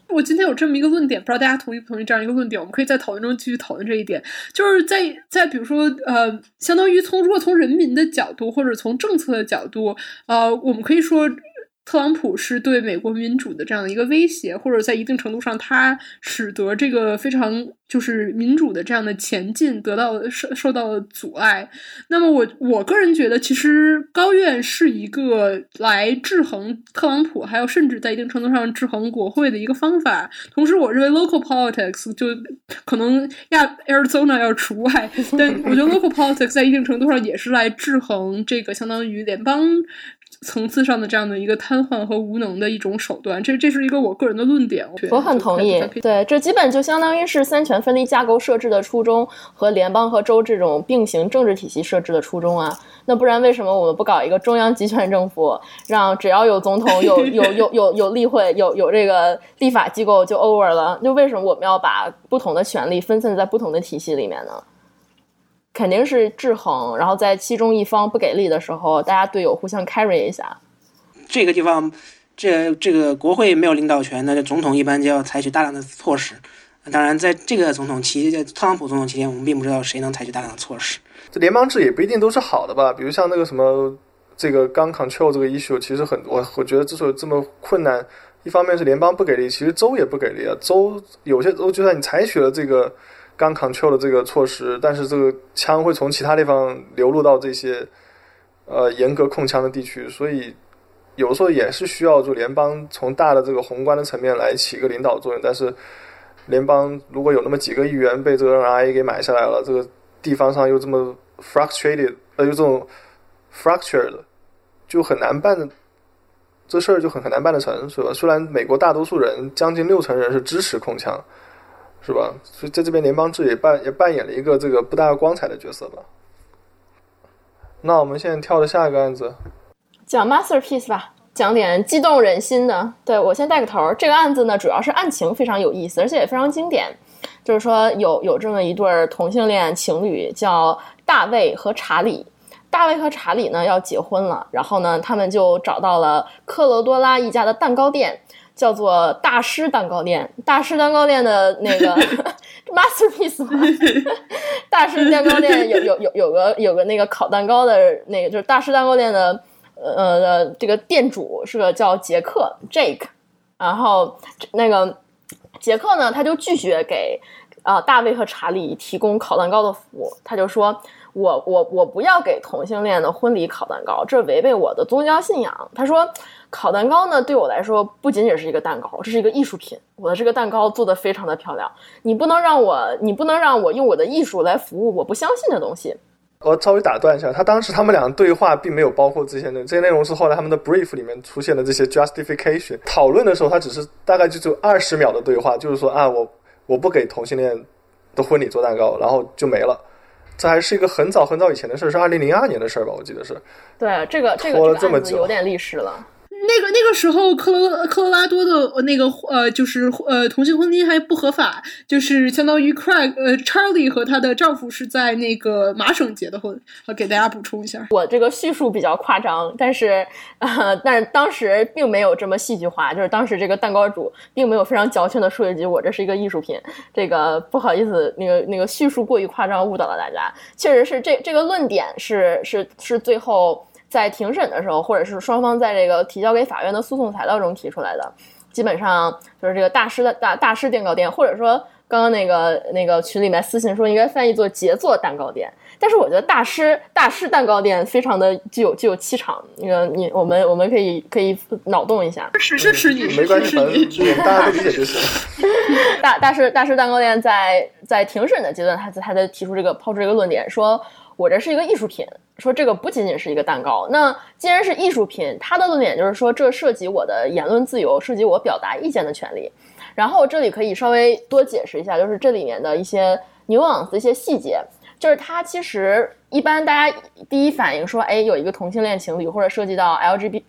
我今天有这么一个论点，不知道大家同意不同意这样一个论点，我们可以在讨论中继续讨论这一点。就是在比如说相当于如果从人民的角度或者从政策的角度，我们可以说特朗普是对美国民主的这样的一个威胁，或者在一定程度上他使得这个非常就是民主的这样的前进受到了阻碍。那么我个人觉得其实高院是一个来制衡特朗普还有甚至在一定程度上制衡国会的一个方法。同时我认为 local politics 就可能Arizona 要除外，但我觉得 local politics 在一定程度上也是来制衡这个相当于联邦层次上的这样的一个瘫痪和无能的一种手段，这是一个我个人的论点。 我很同意，对，这基本就相当于是三权分立架构设置的初衷和联邦和州这种并行政治体系设置的初衷啊。那不然为什么我们不搞一个中央集权政府，让只要有总统有例会有这个立法机构就 over 了？就为什么我们要把不同的权力分散在不同的体系里面呢？肯定是制衡，然后在其中一方不给力的时候，大家队友互相 carry 一下。 这个地方，这个国会没有领导权，那这总统一般就要采取大量的措施。当然，在这个特朗普总统期间，我们并不知道谁能采取大量的措施。 这联邦制也不一定都是好的吧？比如像那个什么这个gun control 这个 issue， 其实我觉得之所以这么困难，一方面是联邦不给力，其实州也不给力啊。有些州就算你采取了这个gun control 的这个措施，但是这个枪会从其他地方流入到这些严格控枪的地区，所以有时候也是需要就联邦从大的这个宏观的层面来起一个领导作用。但是联邦如果有那么几个议员被这个 NRA 给买下来了，这个地方上又这么 frustrated 又这种 fractured， 就很难办的，这事儿就很难办得成，是吧？虽然美国大多数人将近60%人是支持控枪，是吧？所以在这边联邦制也扮演了一个这个不大光彩的角色吧。那我们现在跳到下一个案子， 讲 masterpiece 吧，讲点激动人心的。对，我先带个头。这个案子呢，主要是案情非常有意思，而且也非常经典。就是说有这么一对同性恋情侣，叫大卫和查理。大卫和查理呢要结婚了，然后呢他们就找到了科罗多拉一家的蛋糕店，叫做大师蛋糕店。大师蛋糕店的那个masterpiece 嘛，大师蛋糕店有个那个烤蛋糕的那个，就是大师蛋糕店的这个店主是个叫杰克 Jake， 然后那个杰克呢他就拒绝给大卫和查理提供烤蛋糕的服务，他就说我不要给同性恋的婚礼烤蛋糕，这违背我的宗教信仰。他说烤蛋糕呢对我来说不仅仅是一个蛋糕，这是一个艺术品，我的这个蛋糕做得非常的漂亮，你不能让我用我的艺术来服务我不相信的东西。 我稍微打断一下，当时他们俩的对话并没有包括这些内容，这些内容是后来他们的 brief 里面出现的这些 justification。 讨论的时候他只是大概就20秒的对话，就是说我不给同性恋的婚礼做蛋糕，然后就没了。这还是一个很早以前的事，是2002年的事吧，我记得是。 对，这个案子有点历史了。 那个时候科罗拉多的那个就是同性婚姻还不合法，就是相当于 Charlie 和她的丈夫是在那个麻省结的婚。给大家补充一下， 我这个叙述比较夸张，但是当时并没有这么戏剧化，就是当时这个蛋糕主并没有非常矫情的说一句我这是一个艺术品，这个不好意思，那个叙述过于夸张，误导了大家。确实是这个论点是最后在庭审的时候，或者是双方在这个提交给法院的诉讼材料中提出来的，基本上就是这个大师蛋糕店，或者说刚刚那个群里面私信说应该翻译作杰作蛋糕店，但是我觉得大师蛋糕店非常的具有气场。那个我们可以脑洞一下， 是没关系，反正大家都理解就行。 大师蛋糕店在庭审的阶段，他才抛出这个论点，说我这是一个艺术品，说这个不仅仅是一个蛋糕。那既然是艺术品，他的论点就是说这涉及我的言论自由，涉及我表达意见的权利。然后这里可以稍微多解释一下，就是这里面的一些 nuance 一些细节，就是它其实一般大家第一反应说，哎，有一个同性恋情侣或者涉及到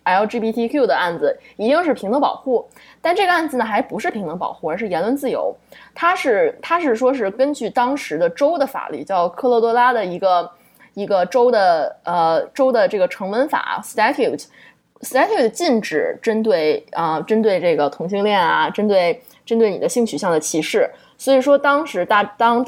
LGBTQ 的案子一定是平等保护，但这个案子呢还不是平等保护，而是言论自由。它是说是根据当时的州的法律，叫科罗多拉的一个州的这个成文法 statute， statute 禁止针对这个同性恋啊，针对你的性取向的歧视。所以说当时大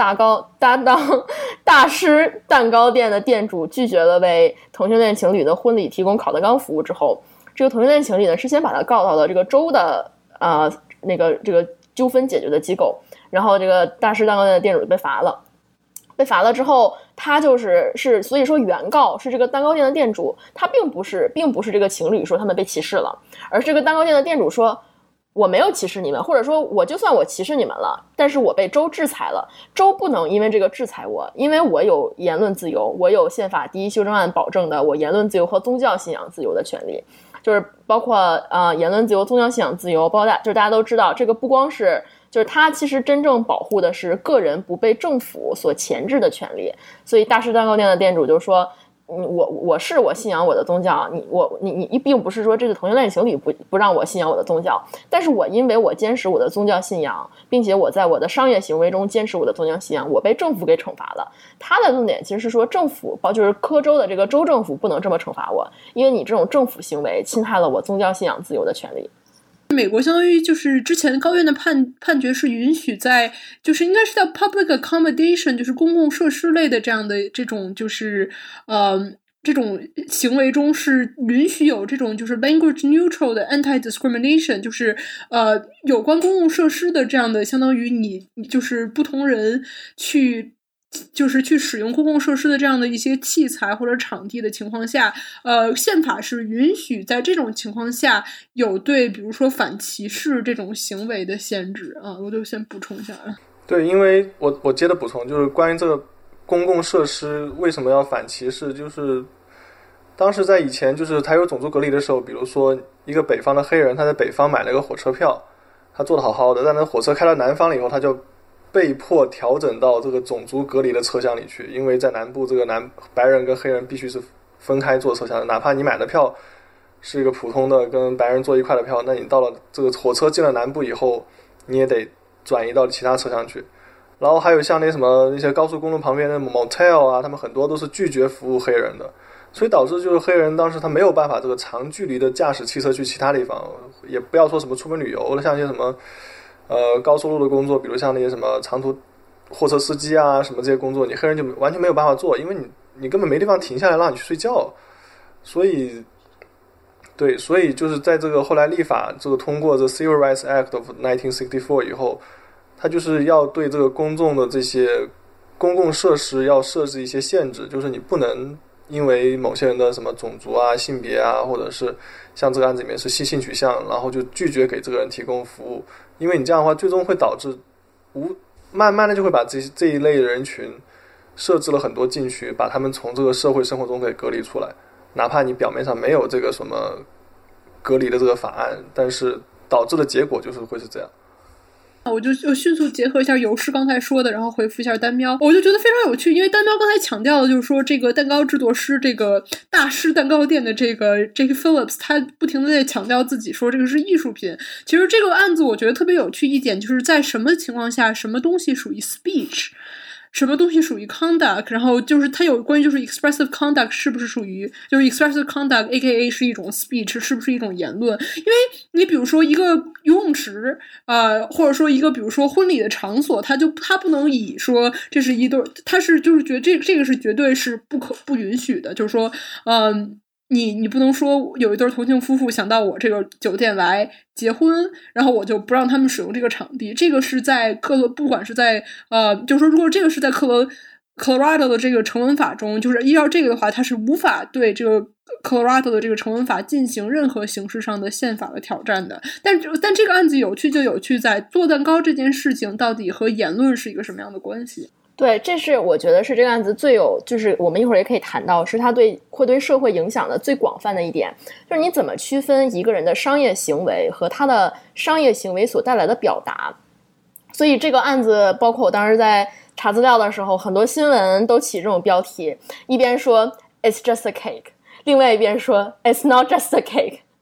师蛋糕店的店主拒绝了为同性恋情侣的婚礼提供烤蛋糕服务之后，这个同性恋情侣呢是先把他告到了这个州的这个纠纷解决的机构，然后这个大师蛋糕店的店主就被罚了之后，他所以说原告是这个蛋糕店的店主，他并不是这个情侣说他们被歧视了，而是这个蛋糕店的店主说我没有歧视你们，或者说我就算我歧视你们了，但是我被州制裁了，州不能因为这个制裁我，因为我有言论自由，我有宪法第一修正案保证的我言论自由和宗教信仰自由的权利，就是包括言论自由、宗教信仰自由，包括就是大家都知道，这个不光是就是它其实真正保护的是个人不被政府所钳制的权利。所以大师蛋糕店的店主就说我信仰我的宗教，你并不是说这个同性恋情侣不让我信仰我的宗教，但是因为我坚持我的宗教信仰，并且我在我的商业行为中坚持我的宗教信仰，我被政府给惩罚了。他的论点其实是说政府就是科州的这个州政府不能这么惩罚我，因为你这种政府行为侵害了我宗教信仰自由的权利。 美国相当于就是之前高院的判决是允许在就是应该是叫 public accommodation， 就是公共设施类的这种就是这种行为中是允许有这种就是 language neutral 的 anti-discrimination， 就是有关公共设施的这样的相当于你就是不同人去使用公共设施的这样的一些器材或者场地的情况下，宪法是允许在这种情况下有对比如说反歧视这种行为的限制啊，我就先补充一下。 对，因为我接着补充，就是关于这个公共设施为什么要反歧视，就是当时在以前就是他有种族隔离的时候，比如说一个北方的黑人，他在北方买了个火车票，他坐得好好的，但那火车开到南方了以后，他就被迫调整到这个种族隔离的车厢里去，因为在南部这个白人跟黑人必须是分开坐车厢的，哪怕你买的票是一个普通的跟白人坐一块的票，那你到了这个火车进了南部以后，你也得转移到其他车厢去。然后还有像那些高速公路旁边的 motel 啊，他们很多都是拒绝服务黑人的，所以导致就是黑人当时他没有办法这个长距离的驾驶汽车去其他地方，也不要说什么出门旅游了，像一些什么高收入的工作，比如像那些什么长途货车司机啊什么这些工作，你黑人就完全没有办法做，因为你根本没地方停下来让你去睡觉。所以就是在这个后来立法这个通过这 Civil Rights Act of 1964以后，它就是要对这个公众的这些公共设施要设置一些限制，就是你不能因为某些人的什么种族啊、性别啊，或者是像这个案子里面是性取向，然后就拒绝给这个人提供服务，因为你这样的话最终会导致慢慢的就会把这一类人群设置了很多禁区，把他们从这个社会生活中给隔离出来，哪怕你表面上没有这个什么隔离的这个法案，但是导致的结果就是会是这样。 我就迅速结合一下尤氏刚才说的，然后回复一下丹喵，我就觉得非常有趣，因为丹喵刚才强调的就是说这个蛋糕制作师这个大师蛋糕店的这个 Jake Phillips， 他不停的在强调自己说这个是艺术品。其实这个案子我觉得特别有趣一点，就是在什么情况下什么东西属于 speech，什么东西属于 conduct， 然后就是它有关于就是 expressive conduct 是不是属于就是 expressive conduct AKA 是一种 speech 是不是一种言论。因为你比如说一个游泳池或者说一个比如说婚礼的场所，它不能以说这是一对，它是就是觉得这个是绝对是不允许的，就是说你不能说有一对同性夫妇想到我这个酒店来结婚，然后我就不让他们使用这个场地。这个是在不管是在就是说如果这个是在Colorado 的这个成文法中，就是依照这个的话，它是无法对这个 Colorado 的这个成文法进行任何形式上的宪法的挑战的。但这个案子有趣就有趣在做蛋糕这件事情到底和言论是一个什么样的关系。 对，这是我觉得是这个案子最有，就是我们一会儿也可以谈到，是它会对社会影响的最广泛的一点，就是你怎么区分一个人的商业行为和他的商业行为所带来的表达。所以这个案子包括我当时在查资料的时候，很多新闻都起这种标题，一边说 It's just a cake， 另外一边说 It's not just a cake，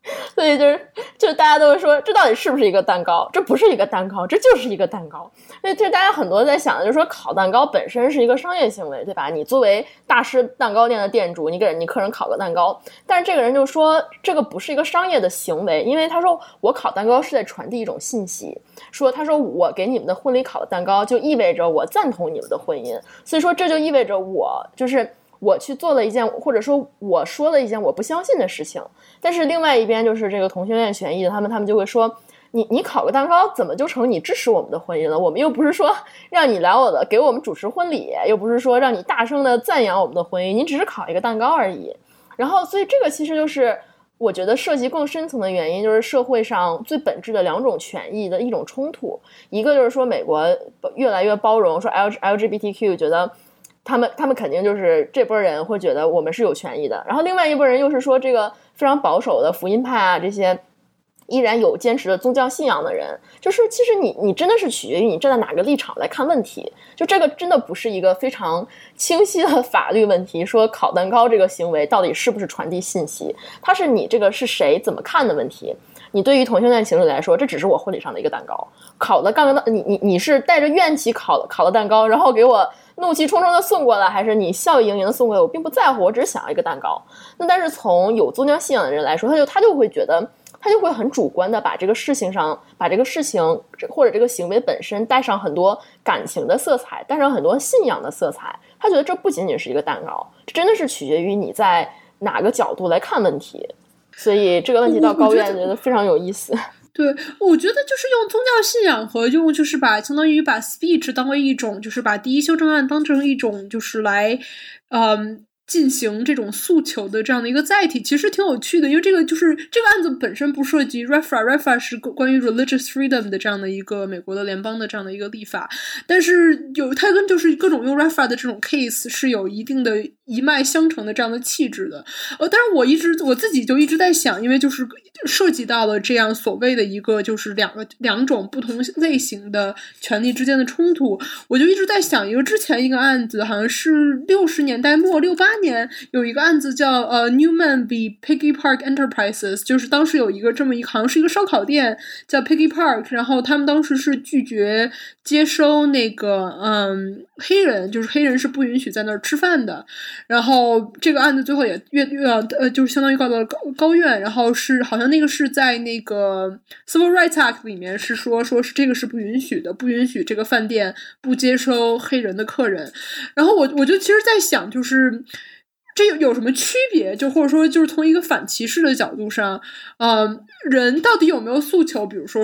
所以就是大家都会说，这到底是不是一个蛋糕？这不是一个蛋糕，这就是一个蛋糕。所以这大家很多在想的就是说，烤蛋糕本身是一个商业行为，对吧？你作为大师蛋糕店的店主，你给你客人烤个蛋糕，但是这个人就说这个不是一个商业的行为，因为他说我烤蛋糕是在传递一种信息，他说我给你们的婚礼烤的蛋糕就意味着我赞同你们的婚姻，所以说这就意味着我去做了一件，或者说我说了一件我不相信的事情。但是另外一边就是这个同性恋权益的，他们就会说，你烤个蛋糕怎么就成你支持我们的婚姻了？我们又不是说让你来给我们主持婚礼，又不是说让你大声的赞扬我们的婚姻，你只是烤一个蛋糕而已。然后所以这个其实就是我觉得涉及更深层的原因，就是社会上最本质的两种权益的一种冲突。一个就是说美国越来越包容，说 LGBTQ 觉得他们肯定就是这波人会觉得我们是有权益的，然后另外一波人又是说这个非常保守的福音派啊，这些依然有坚持的宗教信仰的人，就是其实你真的是取决于你站在哪个立场来看问题，就这个真的不是一个非常清晰的法律问题，说烤蛋糕这个行为到底是不是传递信息，它是你这个是谁怎么看的问题。你对于同性恋情侣来说，这只是我婚礼上的一个蛋糕，烤的刚刚你是带着怨气烤了蛋糕，然后给我怒气冲冲的送过来，还是你笑意盈盈的送过来，我并不在乎，我只是想要一个蛋糕。那但是从有宗教信仰的人来说，他就会觉得，他就会很主观的把这个事情或者这个行为本身带上很多感情的色彩，带上很多信仰的色彩。他觉得这不仅仅是一个蛋糕，这真的是取决于你在哪个角度来看问题。所以这个问题到高院觉得非常有意思。 对，我觉得就是用宗教信仰和就是相当于把 speech 当为一种，就是把第一修正案当成一种就是来进行这种诉求的这样的一个载体，其实挺有趣的。因为这个案子本身不涉及 RFRA 是关于 religious freedom 的这样的一个美国的联邦的这样的一个立法，但是它跟就是各种用 RFRA 的这种 case 是有一定的一脉相承的这样的气质的。但是我自己就一直在想，因为就是涉及到了这样所谓的一个就是两种不同类型的权利之间的冲突，我就一直在想之前一个案子，好像是60年代末68年有一个案子叫Newman v. Piggy Park Enterprises， 就是当时有一个这么一个好像是一个烧烤店叫 Piggy Park， 然后他们当时是拒绝接收那个黑人，就是黑人是不允许在那儿吃饭的。然后这个案子最后也就是相当于告到了高院，然后是好像那个是在那个 Civil Rights Act 里面是说是这个是不允许的，不允许这个饭店不接收黑人的客人。然后我就其实在想，就是这有什么区别？就或者说就是从一个反歧视的角度上，人到底有没有诉求？比如说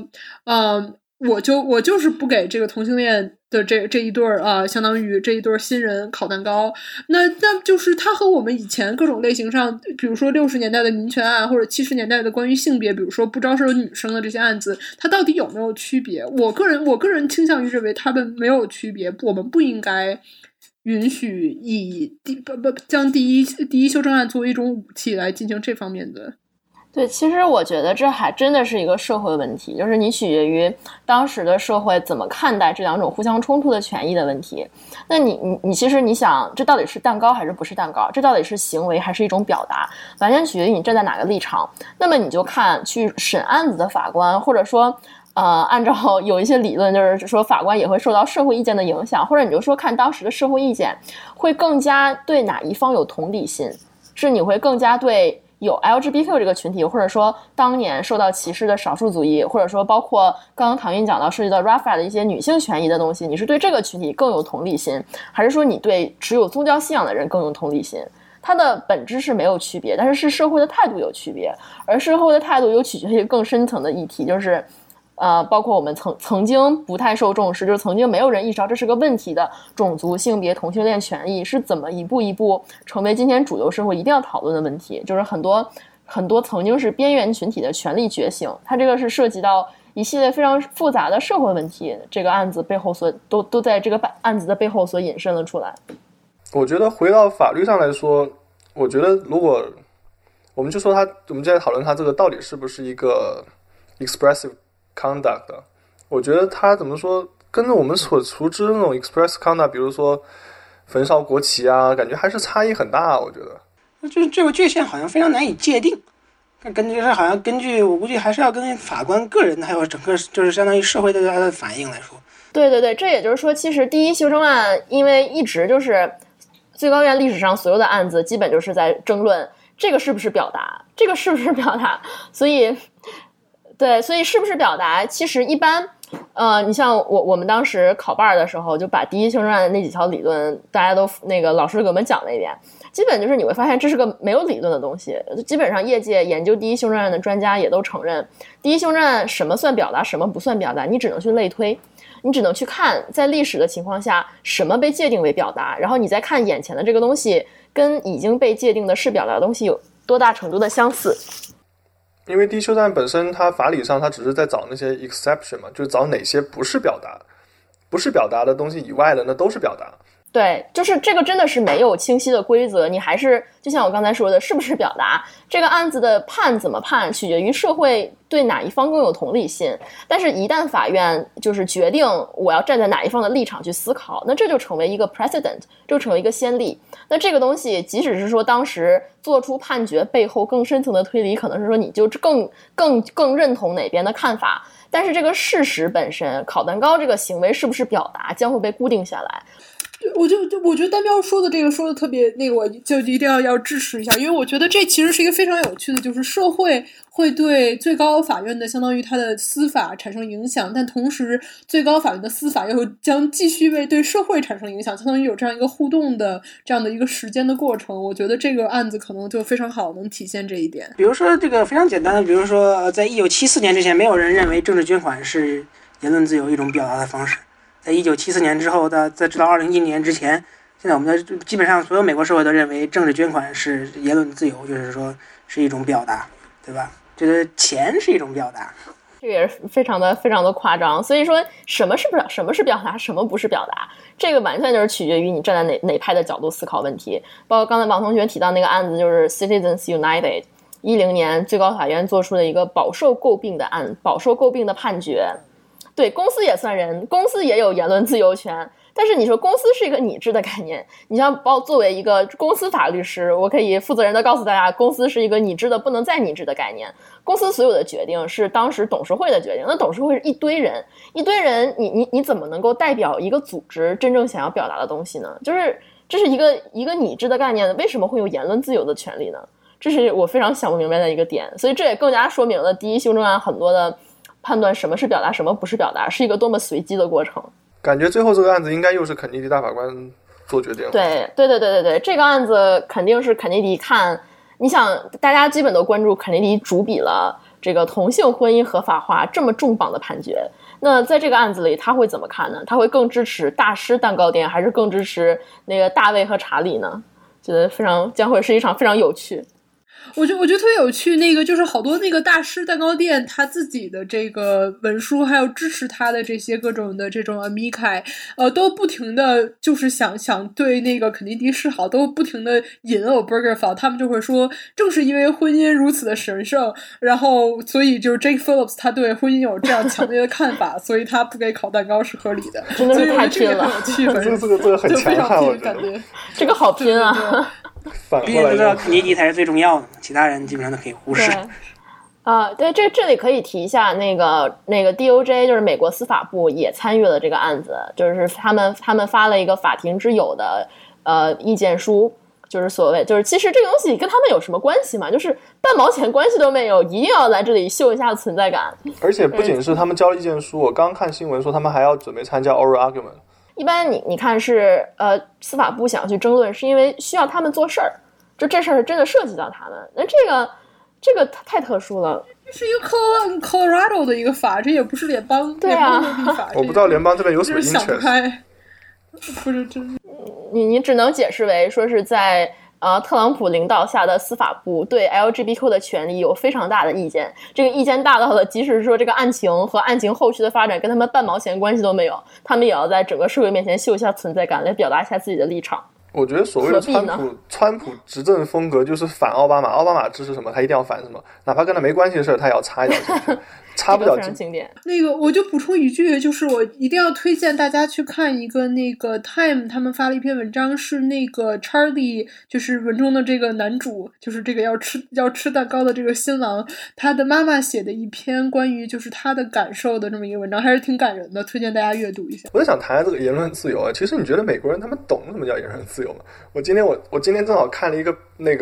我就是不给这个同性恋的这一对相当于这一对新人烤蛋糕，那就是它和我们以前各种类型上，比如说60年代的民权案或者70年代的关于性别，比如说不招收女生的这些案子，它到底有没有区别？我个人倾向于认为它们没有区别，我们不应该允许将第一修正案作为一种武器来进行这方面的。 对，其实我觉得这还真的是一个社会问题，就是你取决于当时的社会怎么看待这两种互相冲突的权益的问题。那你其实你想，这到底是蛋糕还是不是蛋糕？这到底是行为还是一种表达？完全取决于你站在哪个立场。那么你就看去审案子的法官，或者说按照有一些理论，就是说法官也会受到社会意见的影响，或者你就说看当时的社会意见会更加对哪一方有同理心，是你会更加对有 LGBTQ 这个群体，或者说当年受到歧视的少数族裔，或者说包括刚刚唐韵讲到涉及到 RFRA 的一些女性权益的东西，你是对这个群体更有同理心，还是说你对持有宗教信仰的人更有同理心？它的本质是没有区别，但是社会的态度有区别，而社会的态度又取决于更深层的议题，就是包括我们曾经不太受重视，就是曾经没有人意识到这是个问题的种族、性别、同性恋权益是怎么一步一步成为今天主流社会一定要讨论的问题，就是很多曾经是边缘群体的权利觉醒，它这个是涉及到一系列非常复杂的社会问题，这个案子背后都在这个案子的背后所引申了出来。 我觉得回到法律上来说，我觉得如果我们就说我们现在讨论它这个到底是不是一个 expressive conduct， 我觉得它怎么说，跟我们所熟知的那种 express conduct， 比如说焚烧国旗啊，感觉还是差异很大。我觉得就是这个界限好像非常难以界定。 根据好像我估计还是要跟法官个人还有整个就是相当于社会对他的反应来说。 对对对，这也就是说，其实第一修正案因为一直就是最高院历史上所有的案子基本就是在争论这个是不是表达，这个是不是表达，所以是不是表达，其实一般你像我们当时考办的时候就把第一修正案那几条理论大家都那个老师给我们讲了一遍，基本就是你会发现这是个没有理论的东西，基本上业界研究第一修正案的专家也都承认，第一修正案什么算表达什么不算表达，你只能去类推，你只能去看在历史的情况下什么被界定为表达，然后你再看眼前的这个东西跟已经被界定的是表达的东西有多大程度的相似。 因为第一修正案本身它法理上它只是在找那些 exception 嘛，就是找哪些不是表达的东西以外的那都是表达。 对，就是这个真的是没有清晰的规则，你还是就像我刚才说的，是不是表达这个案子的判怎么判取决于社会对哪一方更有同理心，但是一旦法院就是决定我要站在哪一方的立场去思考，那这就成为一个 precedent， 就成为一个先例。那这个东西即使是说当时做出判决背后更深层的推理可能是说你就更认同哪边的看法，但是这个事实本身烤蛋糕这个行为是不是表达将会被固定下来。 我觉得单彪说的这个说的特别那个，我就一定要支持一下，因为我觉得这其实是一个非常有趣的，就是社会会对最高法院的相当于它的司法产生影响，但同时最高法院的司法又将继续为对社会产生影响，相当于有这样一个互动的这样的一个时间的过程。我觉得这个案子可能就非常好能体现这一点。 比如说这个非常简单的，比如说在1974年之前，没有人认为政治捐款是言论自由一种表达的方式。在1974年之后的，在直到2010年之前，现在我们的基本上所有美国社会都认为政治捐款是言论自由，就是说是一种表达，对吧？这个钱是一种表达， 这个也是非常的夸张。所以说什么是表达，什么不是表达，这个完全就是取决于你站在哪派的角度思考问题。包括刚才王同学提到那个案子，就是 Citizens United 10年最高法院做出了一个饱受诟病的判决。对，公司也算人，公司也有言论自由权，但是你说公司是一个拟制的概念，你像作为一个公司法律师，我可以负责任的告诉大家，公司是一个拟制的不能再拟制的概念，公司所有的决定是当时董事会的决定，那董事会是一堆人，你怎么能够代表一个组织真正想要表达的东西呢？就是这是一个拟制的概念，为什么会有言论自由的权利呢？这是我非常想不明白的一个点，所以这也更加说明了第一修正案很多的判断什么是表达什么不是表达是一个多么随机的过程。 感觉最后这个案子应该又是肯尼迪大法官做决定了。 对，这个案子肯定是肯尼迪看，你想大家基本都关注肯尼迪主笔了这个同性婚姻合法化这么重磅的判决，那在这个案子里他会怎么看呢？他会更支持大师蛋糕店还是更支持那个大卫和查理呢？觉得将会是一场非常有趣。 我觉得特别有趣，那个就是好多那个大师蛋糕店他自己的这个文书，还有支持他的这些各种的这种 amici，都不停的就是想对那个肯尼迪示好，都不停的引Obergefell，他们就会说，正是因为婚姻如此的神圣，然后所以就是 Jake Phillips 他对婚姻有这样强烈的看法，所以他不给烤蛋糕是合理的。 真的是太拼了， 这个很强悍，我觉得这个好拼啊。 毕竟知道肯尼迪才是最重要的，其他人基本上都可以忽视。 对，这里可以提一下，那个 DOJ 就是美国司法部也参与了这个案子，就是他们发了一个法庭之友的意见书，就是所谓就是其实这个东西跟他们有什么关系嘛？就是半毛钱关系都没有，一定要来这里秀一下存在感。 而且不仅是他们交了意见书，我刚看新闻说他们还要准备参加 oral argument。 一般你看是司法部想要去争论，是因为需要他们做事儿，就这事儿真的涉及到他们。那这个太特殊了， 这是一个 Colorado 的一个法，这也不是联邦对啊， 联邦法， 我不知道联邦这边有什么 interest。 想不开，不是真。 你只能解释为说是在特朗普领导下的司法部对 LGBTQ 的权利有非常大的意见，这个意见大到了即使是说这个案情和案情后续的发展跟他们半毛钱关系都没有，他们也要在整个社会面前秀一下存在感，来表达一下自己的立场。 我觉得所谓的川普执政风格就是反奥巴马，奥巴马支持什么他一定要反什么，哪怕跟他没关系的事他也要插一脚进去，插不了进经典。 那个我就补充一句，就是我一定要推荐大家去看一个那个 Time 他们发了一篇文章，是那个 Charlie 就是文中的这个男主，就是这个要吃蛋糕的这个新郎，他的妈妈写的一篇关于就是他的感受的这么一个文章，还是挺感人的，推荐大家阅读一下。 我在想谈这个言论自由啊，其实你觉得美国人他们懂什么叫言论自由吗？我今天正好看了一个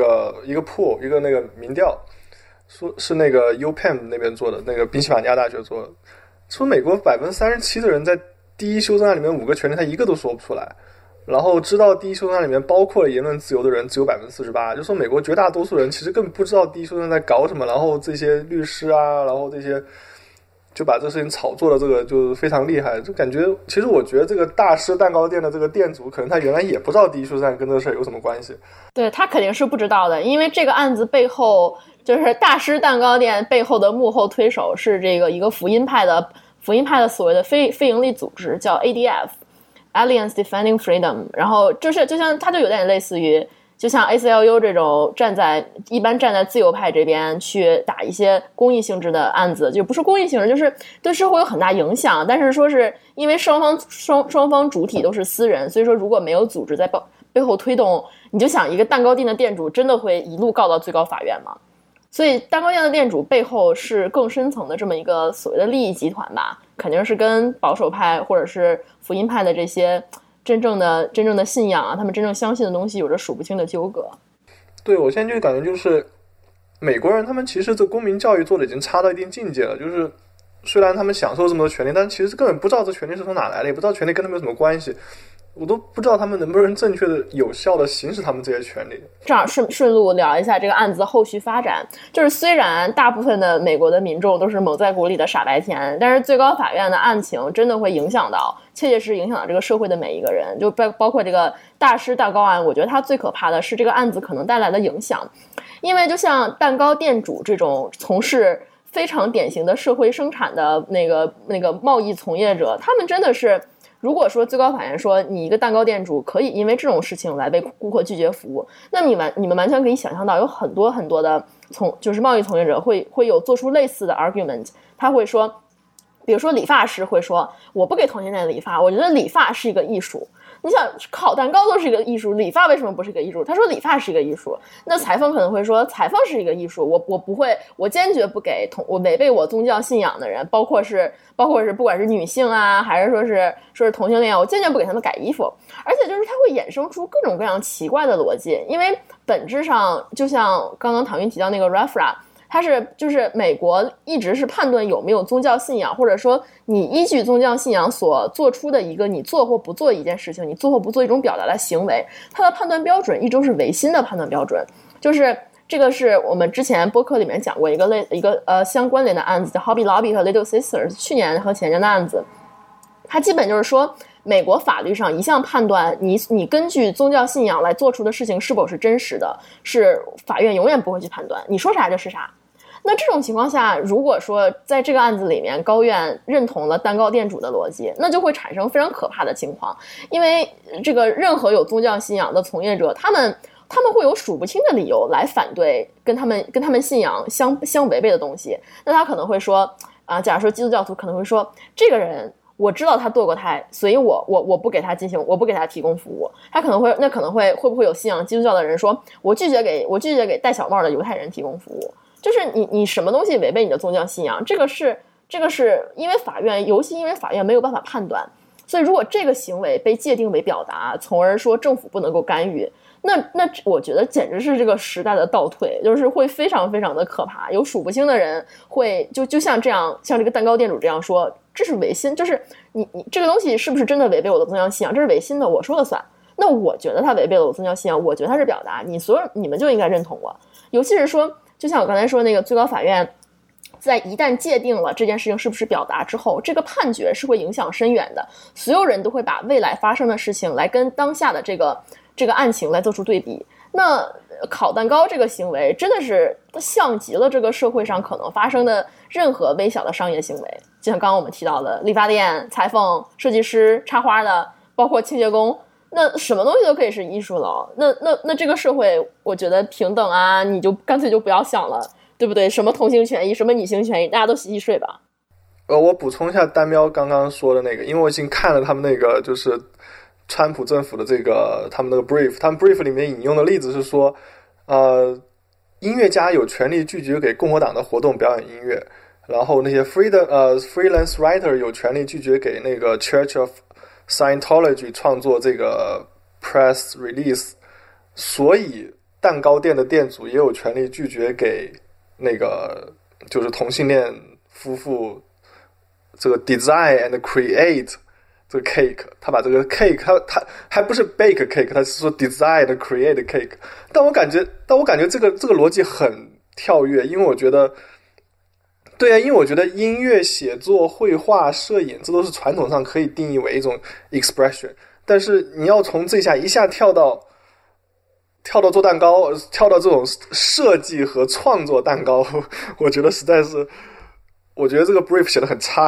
poll， 一个那个民调，说是那个 UPenn 那边做的，那个宾夕法尼亚大学做的，说美国37%的人在第一修正案里面5个权利他一个都说不出来，然后知道第一修正案里面包括了言论自由的人只有48%，就说美国绝大多数人其实根本不知道第一修正案在搞什么，然后这些律师啊，然后这些就把这事情炒作的这个就是非常厉害，就感觉其实我觉得这个大师蛋糕店的这个店主可能他原来也不知道第一修正案跟这个事儿有什么关系。 对，他肯定是不知道的，因为这个案子背后就是大师蛋糕店背后的幕后推手是这个一个福音派的所谓的非营利组织，叫 ADF Alliance Defending Freedom， 然后就像它就有点类似于就像 ACLU 这种一般站在自由派这边去打一些公益性质的案子，就不是公益性质，就是对社会有很大影响，但是说是因为双方主体都是私人，所以说如果没有组织在背后推动，你就想一个蛋糕店的店主真的会一路告到最高法院吗？所以蛋糕店的店主背后是更深层的这么一个所谓的利益集团吧，肯定是跟保守派或者是福音派的这些真正的信仰啊，他们真正相信的东西有着数不清的纠葛。 对，我现在就感觉就是美国人他们其实这公民教育做的已经差到一定境界了，就是虽然他们享受这么多权利，但其实根本不知道这权利是从哪来的，也不知道权利跟他们有什么关系，我都不知道他们能不能正确的有效的行使他们这些权利。 正好顺路聊一下这个案子的后续发展，就是虽然大部分的美国的民众都是蒙在鼓里的傻白甜，但是最高法院的案情真的会影响到切切实实影响到这个社会的每一个人，就包括这个大师蛋糕案，我觉得它最可怕的是这个案子可能带来的影响，因为就像蛋糕店主这种从事非常典型的社会生产的那个贸易从业者，他们真的是，如果说最高法院说你一个蛋糕店主可以因为这种事情来被顾客拒绝服务，那么你们完全可以想象到有很多很多的就是贸易从业者会有做出类似的 argument， 他会说，比如说理发师会说我不给同性恋理发，我觉得理发是一个艺术。你想烤蛋糕都是一个艺术，理发为什么不是一个艺术？他说理发是一个艺术。那裁缝可能会说裁缝是一个艺术，我不会，我坚决不给我违背我宗教信仰的人，包括是不管是女性啊，还是说是同性恋，我坚决不给他们改衣服。而且就是它会衍生出各种各样奇怪的逻辑，因为本质上就像刚刚唐云提到那个 RFRA，它就是美国一直是判断有没有宗教信仰，或者说你依据宗教信仰所做出的一个你做或不做一件事情，你做或不做一种表达的行为，它的判断标准一直是唯心的判断标准。就是这个是我们之前播客里面讲过一个相关联的案子，叫 Hobby Lobby 和 Little Sisters， 去年和前年的案子，它基本就是说美国法律上一项判断你根据宗教信仰来做出的事情是否是真实的，是法院永远不会去判断，你说啥就是啥。那这种情况下，如果说在这个案子里面高院认同了蛋糕店主的逻辑，那就会产生非常可怕的情况，因为这个任何有宗教信仰的从业者，他们会有数不清的理由来反对跟他们信仰相违背的东西。那他可能会说假如说基督教徒可能会说，这个人我知道他堕过胎，所以我不给他提供服务。他可能会会不会有信仰基督教的人说，我拒绝给戴小帽的犹太人提供服务。就是你什么东西违背你的宗教信仰，这个是因为法院，尤其因为法院没有办法判断，所以如果这个行为被界定为表达，从而说政府不能够干预，那我觉得简直是这个时代的倒退，就是会非常非常的可怕。有数不清的人会就像这样，像这个蛋糕店主这样说，这是违心，就是你这个东西是不是真的违背我的宗教信仰，这是违心的，我说了算。那我觉得它违背了我宗教信仰，我觉得它是表达，你们就应该认同我。尤其是说，就像我刚才说那个最高法院在一旦界定了这件事情是不是表达之后，这个判决是会影响深远的，所有人都会把未来发生的事情来跟当下的这个案情来做出对比。那烤蛋糕这个行为真的是像极了这个社会上可能发生的任何微小的商业行为，就像刚刚我们提到的理发店、裁缝、设计师、插花的，包括清洁工。 那什么东西都可以是艺术了。那这个社会，我觉得平等啊，你就干脆就不要想了，对不对？什么同性权益，什么女性权益，大家都洗洗睡吧。 我补充一下丹喵刚刚说的那个，因为我已经看了他们那个就是川普政府的这个他们那个 brief， 他们 brief 里面引用的例子是说，音乐家有权利拒绝给共和党的活动表演音乐，然后那些 freelance writer 有权利拒绝给那个 Church of Scientology 创作这个 press release， 所以蛋糕店的店主也有权利拒绝给那个就是同性恋夫妇这个 design and create 这个 cake， 他把这个 cake 他还不是 bake cake， 他是说 design and create cake， 但我感觉这个逻辑很跳跃，因为我觉得对啊，因为我觉得音乐、写作、绘画、摄影，这都是传统上可以定义为一种 expression， 但是你要从这一下跳到做蛋糕，跳到这种设计和创作蛋糕，我觉得实在是，我觉得这个 brief 写得很差。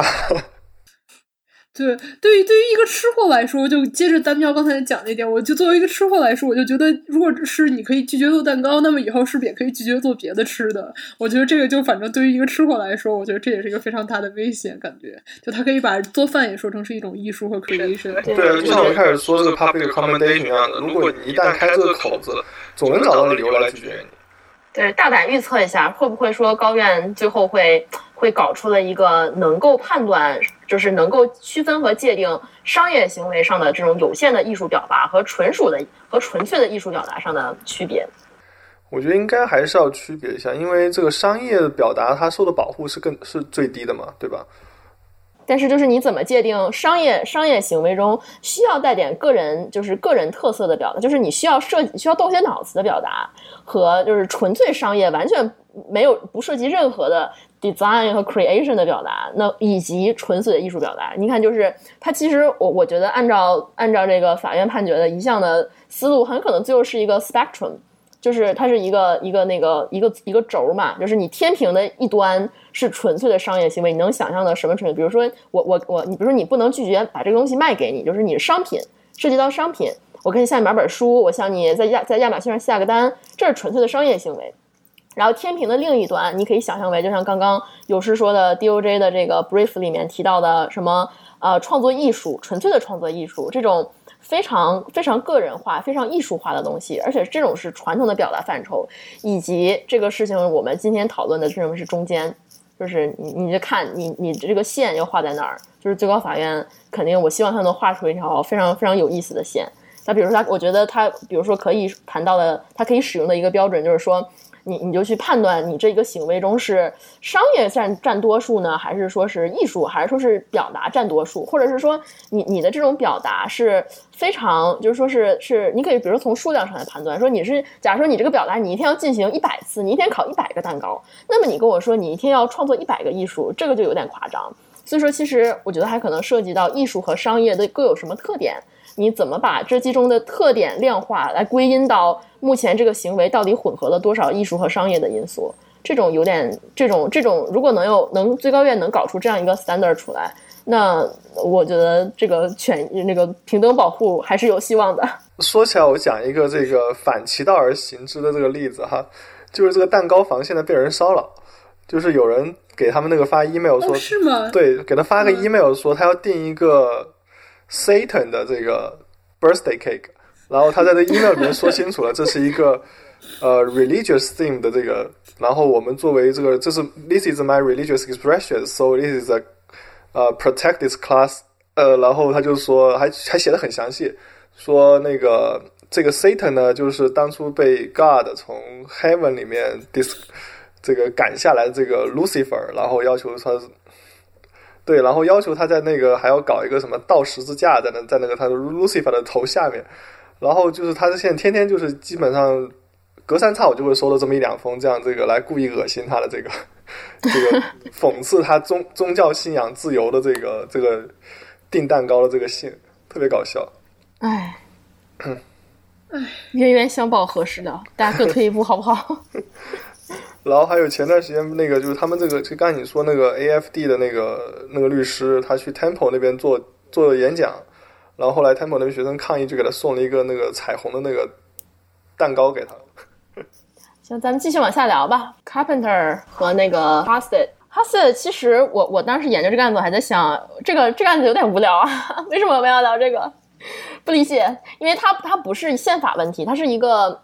对于一个吃货来说，就接着丹喵刚才讲那点，我就作为一个吃货来说，我就觉得如果是你可以拒绝做蛋糕，那么以后是不是也可以拒绝做别的吃的？我觉得这个就反正对于一个吃货来说，我觉得这也是一个非常大的危险，感觉就他可以把做饭也说成是一种艺术和 creation。 对，就像我们开始说这个 public accommodation 一样的，如果你一旦开这个口子，总能找到理由来拒绝你。 对，大胆预测一下，会不会说高院最后会搞出了一个能够判断，就是能够区分和界定商业行为上的这种有限的艺术表达和纯粹的艺术表达上的区别？ 我觉得应该还是要区别一下，因为这个商业的表达它受的保护是最低的嘛，对吧？ 但是就是你怎么界定商业行为中需要带点个人特色的表达，就是你需要动些脑子的表达，和就是纯粹商业完全不涉及任何的 design 和 creation 的表达，那以及纯粹的艺术表达。你看，就是它其实我觉得按照这个法院判决的一项的思路，很可能最后是一个 spectrum。就是它是一个轴嘛，就是你天平的一端是纯粹的商业行为，你能想象的什么纯粹？比如说你比如说你不能拒绝把这个东西卖给你，就是你的商品涉及到商品，我给你向你买本书，我向你在亚马逊上下个单，这是纯粹的商业行为。然后天平的另一端，你可以想象为就像刚刚有师说的 DOJ 的这个 brief 里面提到的什么创作艺术，纯粹的创作艺术，这种非常非常个人化、非常艺术化的东西，而且这种是传统的表达范畴，以及这个事情我们今天讨论的认为是中间，就是你就看你这个线要画在哪儿，就是最高法院肯定我希望他能画出一条非常非常有意思的线。那比如说我觉得他比如说可以谈到的，他可以使用的一个标准就是说，你就去判断你这个行为中是商业占多数呢，还是说是艺术，还是说是表达占多数，或者是说你的这种表达是非常就是说是你可以比如说从数量上来判断，说假如说你这个表达你一天要进行100次，你一天烤100个蛋糕，那么你跟我说你一天要创作100个艺术，这个就有点夸张。所以说其实我觉得还可能涉及到艺术和商业的各有什么特点，你怎么把这其中的特点量化来归因到目前这个行为到底混合了多少艺术和商业的因素，这种有点这种如果能最高院能搞出这样一个 standard 出来，那我觉得这个那个平等保护还是有希望的。 说起来我讲一个这个反其道而行之的这个例子哈，就是这个蛋糕房现在被人骚扰，就是有人给他们那个发 email 说， 是吗？ 对，给他发个 email 说他要订一个 Satan 的这个 birthday cake， 然后他在这 email 里面说清楚了，这是一个religious theme 的这个，然后我们作为这个，这是 this is my religious expression, so this is a protected class， 然后他就说还写得很详细，说那个这个 Satan 呢，就是当初被 God 从 Heaven 里面这个赶下来的这个 Lucifer， 然后要求他，对，然后要求他在那个还要搞一个什么倒十字架在那个他的 Lucifer 的头下面，然后就是他现在天天就是基本上隔三差五就会收到这么1-2封这样这个来故意恶心他的这个讽刺他宗教信仰自由的这个订蛋糕的这个信，特别搞笑。 哎，冤冤相报何时了？大家各退一步好不好？ 然后还有前段时间那个就是他们这个就刚才你说那个 AFD 的那个律师，他去 Temple 那边做演讲， 然后后来 Temple 那边学生抗议，就给他送了一个那个彩虹的那个蛋糕给他。 行，咱们继续往下聊吧。Carpenter 和那个 Husted，其实我当时研究这个案子，我还在想，这个案子有点无聊啊，为什么我们要聊这个？不理解，因为它不是宪法问题，它是一个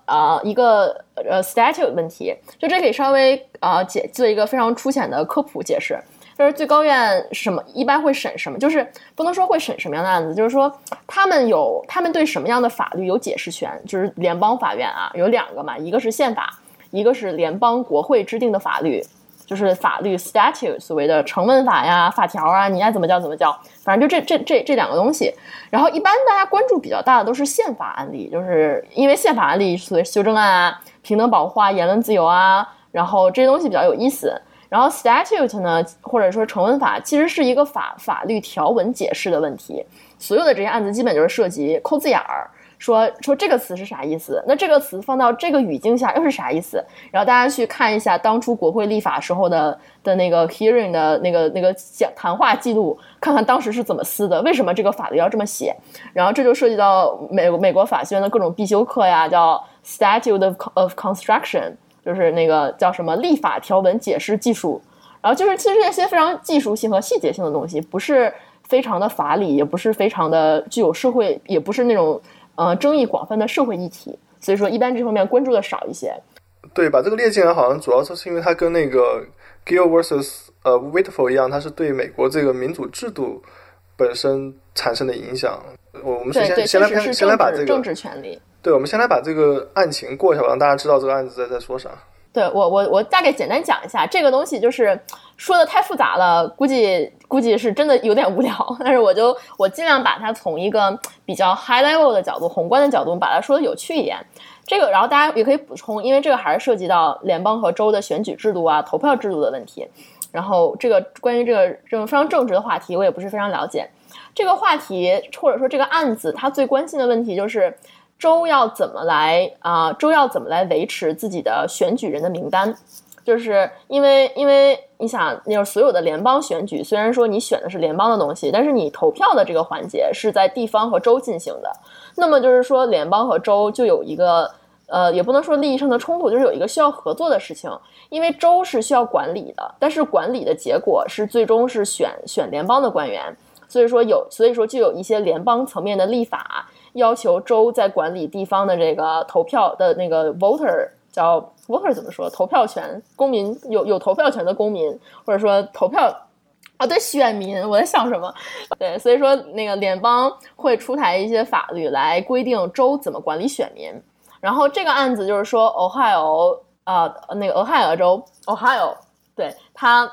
statute 问题。就这可以稍微做一个非常粗浅的科普解释。就是最高院什么一般会审什么，就是不能说会审什么样的案子，就是说他们对什么样的法律有解释权，就是联邦法院啊有两个嘛，一个是宪法，一个是联邦国会制定的法律，就是法律 statute 所谓的成文法呀、法条啊，你爱怎么叫怎么叫，反正就这两个东西。然后一般大家关注比较大的都是宪法案例，就是因为宪法案例所谓修正案啊、平等保护啊、言论自由啊，然后这些东西比较有意思。然后 statute 呢，或者说成文法，其实是一个法律条文解释的问题。所有的这些案子基本就是涉及抠字眼儿，说这个词是啥意思，那这个词放到这个语境下又是啥意思。然后大家去看一下当初国会立法时候的那个 hearing 的那个谈话记录，看看当时是怎么撕的，为什么这个法律要这么写。然后这就涉及到美国法学院的各种必修课呀，叫 statute of construction，就是那个叫什么立法条文解释技术。然后就是其实这些非常技术性和细节性的东西，不是非常的法理，也不是非常的具有社会，也不是那种争议广泛的社会议题，所以说一般这方面关注的少一些。 对，把这个列进来好像主要是因为它跟那个 Gill vs Whitford 一样，它是对美国这个民主制度本身产生的影响。我们先来把这个政治权利。 对，我们先来把这个案情过一下，让大家知道这个案子在说啥。 对，我大概简单讲一下，这个东西就是说的太复杂了，估计是真的有点无聊，但是我尽量把它从一个比较 high level 的角度、宏观的角度把它说的有趣一点。这个，然后大家也可以补充，因为这个还是涉及到联邦和州的选举制度啊、投票制度的问题。然后这个关于这种非常政治的话题，我也不是非常了解。这个话题或者说这个案子，它最关心的问题就是州要怎么来维持自己的选举人的名单。就是因为你想，就是所有的联邦选举，虽然说你选的是联邦的东西，但是你投票的这个环节是在地方和州进行的。那么就是说，联邦和州就有一个也不能说利益上的冲突，就是有一个需要合作的事情。因为州是需要管理的，但是管理的结果是最终是选联邦的官员，所以说就有一些联邦层面的立法要求州在管理地方的这个投票的那个 voter。叫 voter 怎么说？投票权，公民有投票权的公民，或者说投票对，选民，我在想什么？对，所以说那个联邦会出台一些法律来规定州怎么管理选民。然后这个案子就是说 Ohio 那个俄亥俄州 Ohio， 对，他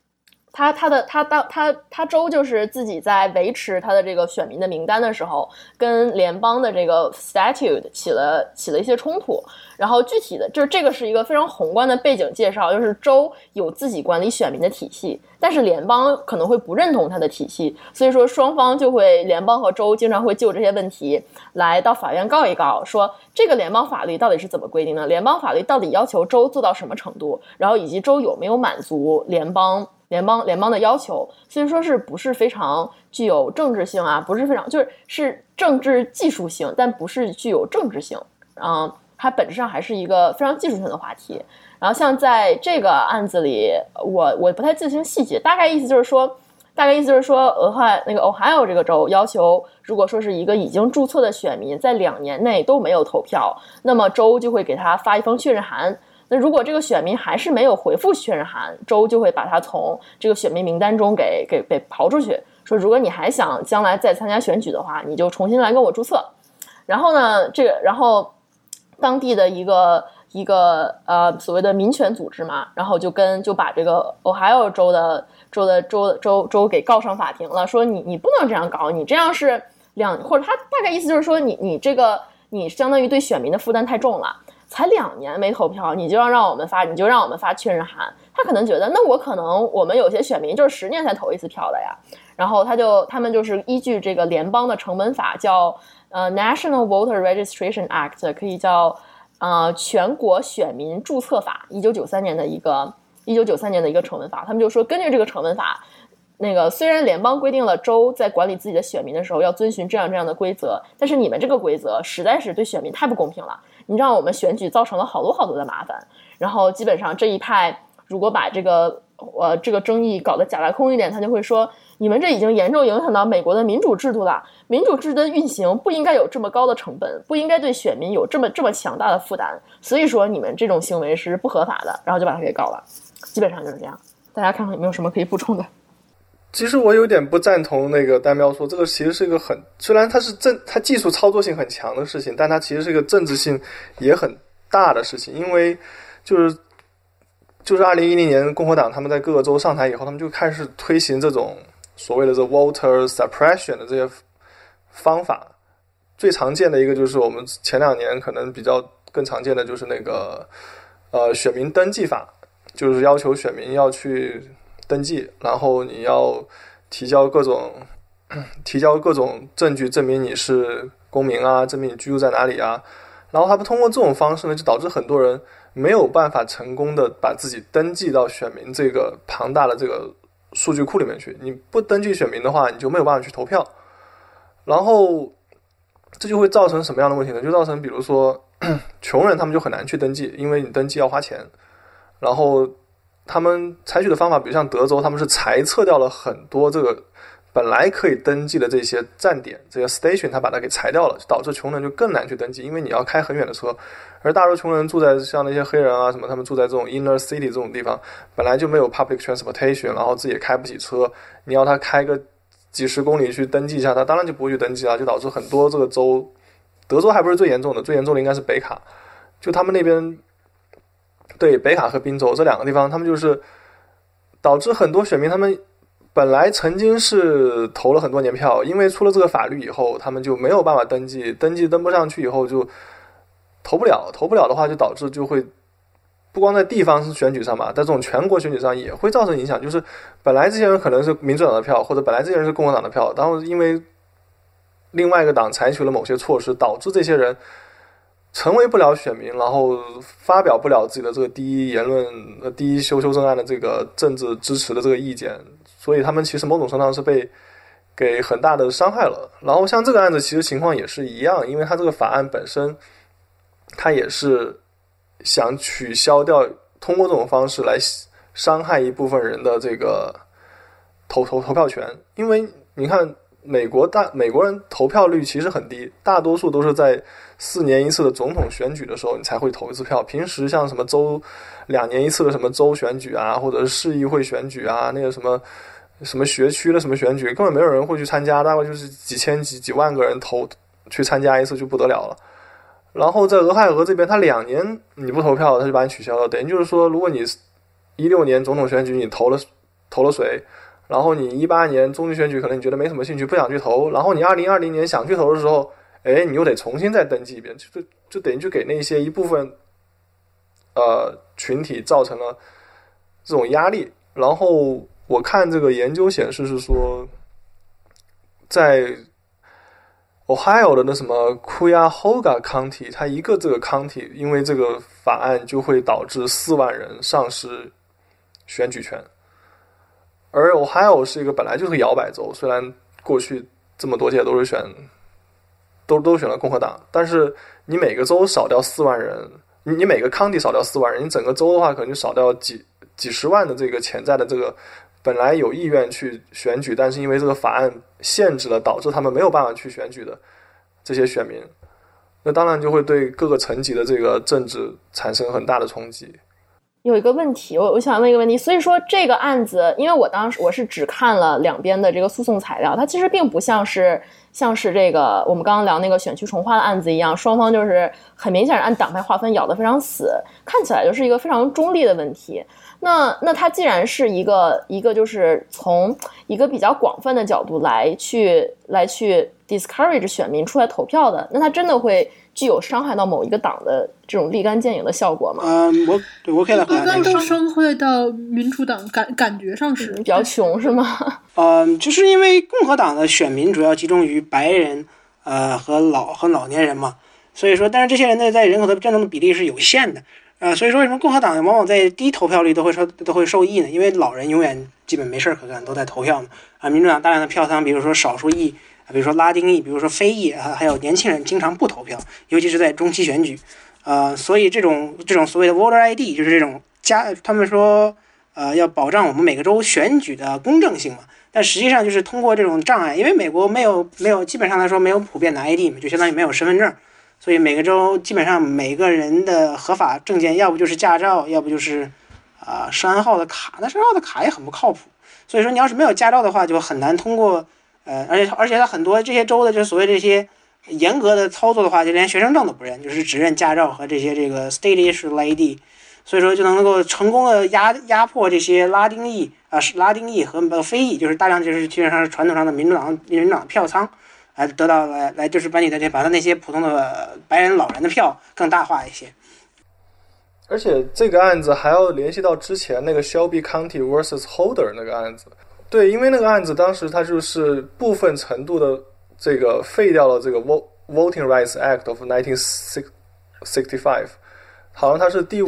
州就是自己在维持他的这个选民的名单的时候，跟联邦的这个 statute 起了一些冲突。然后具体的就是这个是一个非常宏观的背景介绍，就是州有自己管理选民的体系，但是联邦可能会不认同他的体系，所以说双方就会联邦和州经常会就这些问题来到法院告一告，说这个联邦法律到底是怎么规定的，联邦法律到底要求州做到什么程度，然后以及州有没有满足联邦的要求。所以说是不是非常具有政治性啊？不是非常，是政治技术性，但不是具有政治性。它本质上还是一个非常技术性的话题。然后像在这个案子里，我不太记清细节，大概意思就是说，Ohio 这个州要求，如果说是一个已经注册的选民在2年内都没有投票，那么州就会给他发一封确认函。那如果这个选民还是没有回复确认函，州就会把他从这个选民名单中给刨出去，说如果你还想将来再参加选举的话，你就重新来跟我注册。然后呢，然后当地的一个所谓的民权组织嘛，然后就把这个 Ohio 州给告上法庭了，说你不能这样搞，你这样是或者他大概意思就是说你相当于对选民的负担太重了，才2年没投票，你就让我们发确认函。他可能觉得，那我们有些选民就是10年才投一次票的呀。然后他们就是依据这个联邦的成文法叫National Voter Registration Act， 可以叫全国选民注册法，1993年的一个成文法。他们就说根据这个成文法， 那个虽然联邦规定了州在管理自己的选民的时候要遵循这样的规则，但是你们这个规则实在是对选民太不公平了，你让我们选举造成了好多的麻烦。然后基本上这一派如果把这个争议搞得假大空一点，他就会说你们这已经严重影响到美国的民主制度了，民主制度的运行不应该有这么高的成本，不应该对选民有这么强大的负担，所以说你们这种行为是不合法的，然后就把他给告了。基本上就是这样，大家看看有没有什么可以补充的。 其实我有点不赞同那个丹喵说，这个其实是一个虽然它技术操作性很强的事情，但它其实是一个政治性也很大的事情。因为就是2010年共和党他们在各个州上台以后，他们就开始推行这种所谓的voter suppression 的这些方法。最常见的一个就是我们前2年可能比较更常见的就是那个选民登记法，就是要求选民要去登记，然后你要提交各种证据证明你是公民啊，证明你居住在哪里啊。然后他们通过这种方式呢，就导致很多人没有办法成功的把自己登记到选民这个庞大的这个数据库里面去。你不登记选民的话，你就没有办法去投票。然后这就会造成什么样的问题呢？就造成比如说穷人他们就很难去登记，因为你登记要花钱。然后他们采取的方法，比如像德州，他们是裁撤掉了很多这个本来可以登记的这些站点，这些 station 他把它给裁掉了，导致穷人就更难去登记，因为你要开很远的车。而大多数穷人住在像那些黑人啊什么，他们住在这种 inner city 这种地方，本来就没有 public transportation， 然后自己也开不起车，你要他开个几十公里去登记一下，他当然就不会去登记了，就导致很多这个州，德州还不是最严重的，最严重的应该是北卡，就他们那边，对，北卡和宾州这2个地方，他们就是导致很多选民他们本来曾经是投了很多年票，因为出了这个法律以后，他们就没有办法登记登不上去以后就投不了的话，就导致就会不光在地方选举上嘛，在这种全国选举上也会造成影响。就是本来这些人可能是民主党的票，或者本来这些人是共和党的票，然后因为另外一个党采取了某些措施，导致这些人成为不了选民，然后发表不了自己的这个第一言论、第一修正案的这个政治支持的这个意见，所以他们其实某种程度上是被给很大的伤害了。然后像这个案子其实情况也是一样，因为他这个法案本身他也是想取消掉，通过这种方式来伤害一部分人的这个投票权。因为你看美国人投票率其实很低，大多数都是在4年一次的总统选举的时候你才会投一次票，平时像什么州2年一次的什么州选举啊，或者是市议会选举啊，那个什么学区的什么选举，根本没有人会去参加，大概就是几千几万个人去参加一次就不得了了。然后在俄亥俄这边，他2年你不投票，他就把你取消了。等于就是说，如果你16年总统选举你投了谁，然后你18年中期选举可能你觉得没什么兴趣，不想去投，然后你2020年想去投的时候，你又得重新再登记一遍，就等于就给那些一部分群体造成了这种压力。然后我看这个研究显示是说，在Ohio 的那什么 Cuyahoga County， 它一个这个 county 因为这个法案就会导致4万人丧失选举权。而 Ohio 是一个本来就是摇摆州，虽然过去这么多届都是选了共和党，但是你每个州少掉4万人，你每个 county 少掉4万人，你整个州的话可能就少掉几十万的这个潜在的这个本来有意愿去选举，但是因为这个法案限制了，导致他们没有办法去选举的这些选民，那当然就会对各个层级的这个政治产生很大的冲击。 有一个问题，我想问一个问题，所以说这个案子，因为我是只看了2边的这个诉讼材料，它其实并不像是这个我们刚刚聊那个选区重划的案子一样，双方就是很明显是按党派划分咬得非常死，看起来就是一个非常中立的问题。那它既然是一个就是从一个比较广泛的角度来去 discourage 选民出来投票的，那它真的会具有伤害到某一个党的这种立竿见影的效果吗？ 我可以来回答。 一般都伤害到民主党，感觉上是比较穷是吗？ 就是因为共和党的选民主要集中于白人和老年人嘛，所以说，但是这些人呢在人口的占总的比例是有限的。所以说为什么共和党往往在低投票率都会受益呢？因为老人永远基本没事可干，都在投票嘛。民主党大量的票仓，比如说少数裔，比如说拉丁裔，比如说非裔还有年轻人经常不投票，尤其是在中期选举。所以这种所谓的 voter ID 就是这种他们说要保障我们每个州选举的公正性嘛。但实际上就是通过这种障碍，因为美国没有基本上来说没有普遍的 ID 嘛，就相当于没有身份证，所以每个州基本上每个人的合法证件要不就是驾照，要不就是涉安号的卡，那涉安号的卡也很不靠谱。所以说你要是没有驾照的话，就很难通过而且它很多这些州的就所谓这些严格的操作的话，就连学生证都不认，就是只认驾照和这个 state issued ID。所以说就能够成功的压迫这些拉丁裔和非裔，就是大量就是基本上是传统上的民主党的票仓，得到来就是把他那些普通的白人老人的票更大化一些。 而且这个案子还要联系到之前那个 Shelby County vs Holder 那个案子。对，因为那个案子当时它就是部分程度的这个废掉了这个 Voting Rights Act of 1965。好像它是第五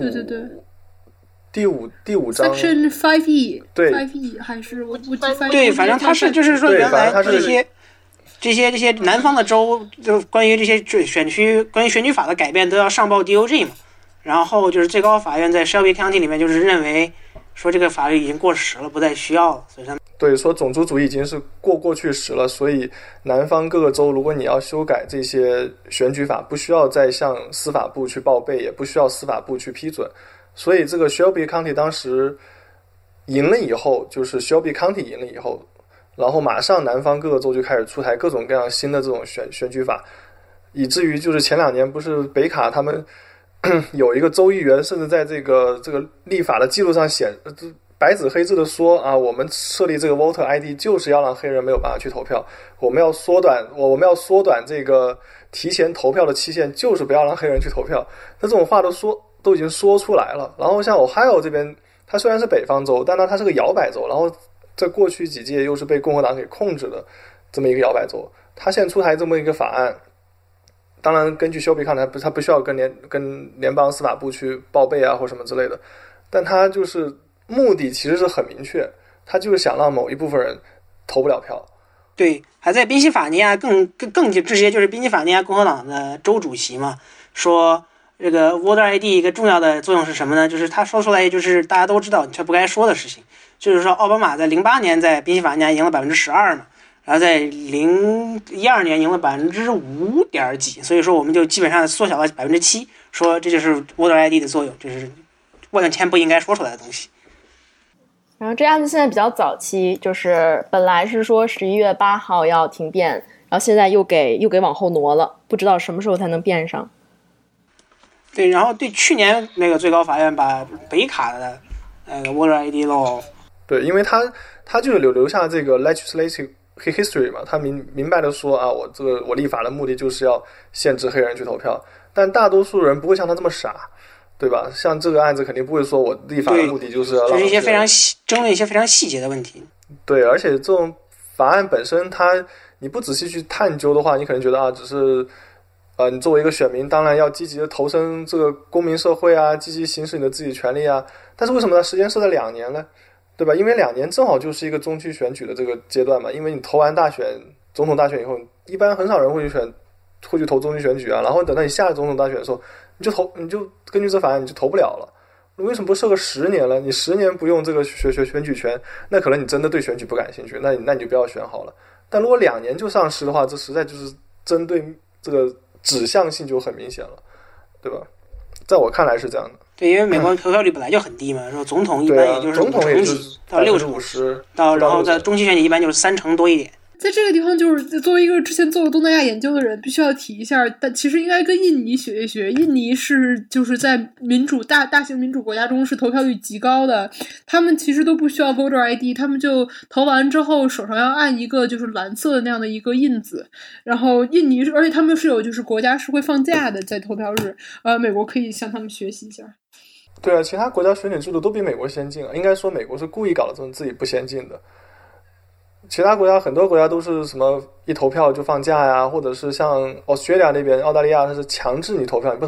章 Section 5E 对 5E 还是我记 5E 对，反正它是就是说原来这些南方的州就关于这些关于选举法的改变都要上报 DOJ 嘛，然后就是最高法院在 Shelby County 里面就是认为说这个法律已经过时了，不再需要了，所以他们对说种族主义已经是过去时了，所以南方各个州如果你要修改这些选举法，不需要再向司法部去报备，也不需要司法部去批准。所以这个 Shelby County 当时赢了以后，就是 Shelby County 赢了以后，然后马上南方各个州就开始出台各种各样新的这种选举法，以至于就是前2年不是北卡他们有一个州议员甚至在这个立法的记录上白纸黑字的说我们设立这个 voter ID 就是要让黑人没有办法去投票，我们要缩短这个提前投票的期限，就是不要让黑人去投票。那这种话都已经说出来了。然后像Ohio这边，它虽然是北方州，但它是个摇摆州，然后在过去几届又是被共和党给控制的这么一个摇摆州，它现在出台这么一个法案，当然根据 Shelby 看来，它不需要跟联邦司法部去报备或什么之类的，但它就是目的其实是很明确，他就是想让某一部分人投不了票。 对，还在宾夕法尼亚更直接，就是宾夕法尼亚共和党的州主席嘛，说这个 voter ID 一个重要的作用是什么呢？就是他说出来就是大家都知道却不该说的事情，就是说奥巴马在08年在宾夕法尼亚赢了12%嘛，然后在2012年赢了5点几，所以说我们就基本上缩小了7%，说这就是 voter ID 的作用，就是完全不应该说出来的东西。 然后这案子现在比较早期，就是本来是说11月8号要停辩，然后现在又给往后挪了，不知道什么时候才能辩上。 对，然后对去年那个最高法院把北卡的voter ID law， 对，因为他就是留下这个 legislative history 嘛，他明白的说我立法的目的就是要限制黑人去投票，但大多数人不会像他这么傻。对吧？像这个案子肯定不会说我立法的目的就是要让就是一些非常争论一些非常细节的问题。 对，而且这种法案本身你不仔细去探究的话，你可能觉得只是你作为一个选民当然要积极的投身这个公民社会积极行使你的自己权利但是为什么它时间设在2年呢？对吧？因为2年正好就是一个中期选举的这个阶段嘛，因为你投完总统大选以后，一般很少人会去投中期选举然后等到你下一个总统大选的时候，你就根据这法案你就投不了了。为什么不设个10年了？你10年不用这个选举权，那可能你真的对选举不感兴趣，那你就不要选好了。但如果2年就上市的话，这实在就是针对这个指向性就很明显了，对吧？在我看来是这样的。 对，因为美国投票率本来就很低嘛，说总统一般也就是5%几到60%，然后在中期选举一般就是3%多一点。 在这个地方，就是作为一个之前做过东南亚研究的人，必须要提一下，但其实应该跟印尼学一学。印尼就是在大型民主国家中是投票率极高的，他们其实都不需要 voter ID， 他们就投完之后手上要按一个就是蓝色的那样的一个印子，然后印尼而且他们是有就是国家是会放假的在投票日，美国可以向他们学习一下。 对啊，其他国家选举制度都比美国先进应该说美国是故意搞的这种自己不先进的。其他国家很多国家都是什么一投票就放假或者是像 Australia 那边澳大利亚它是强制你投票，你不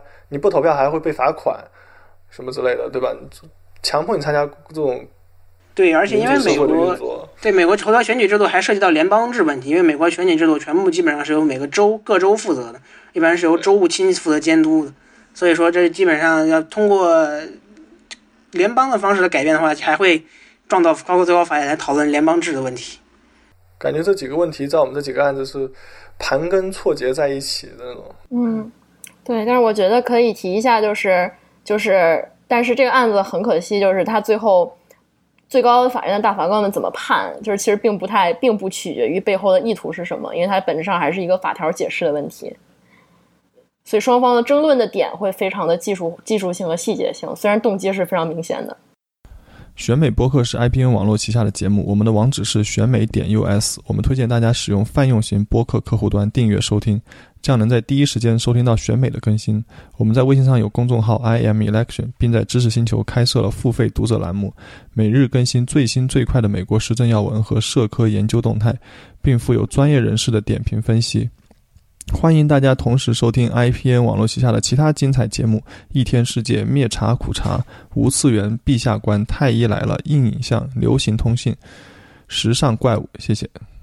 投票还会被罚款什么之类的，对吧？强迫你参加这种对，而且因为美国投票选举制度还涉及到联邦制问题，因为美国选举制度全部基本上是由各州负责的，一般是由州务卿负责监督的，所以说这基本上要通过联邦的方式的改变的话，还会撞到包括最高法院来讨论联邦制的问题。 感觉这几个问题在我们这几个案子是盘根错节在一起的那种。 对，但是我觉得可以提一下，但是这个案子很可惜，就是他最后最高法院的大法官们怎么判，就是其实并不取决于背后的意图是什么，因为它本质上还是一个法条解释的问题。所以双方的争论的点会非常的技术性和细节性，虽然动机是非常明显的。 选美播客是 IPN 网络旗下的节目，我们的网址是选美.us， 我们推荐大家使用泛用型播客客户端订阅收听，这样能在第一时间收听到选美的更新。我们在微信上有公众号 IamElection， 并在知识星球开设了付费读者栏目，每日更新最新最快的美国时政要闻和社科研究动态，并附有专业人士的点评分析。欢迎大家同时收听 IPN 网络旗下的其他精彩节目：一天世界、灭茶苦茶、无次元、陛下观、太医来了、硬影像、流行通信、时尚怪物。谢谢。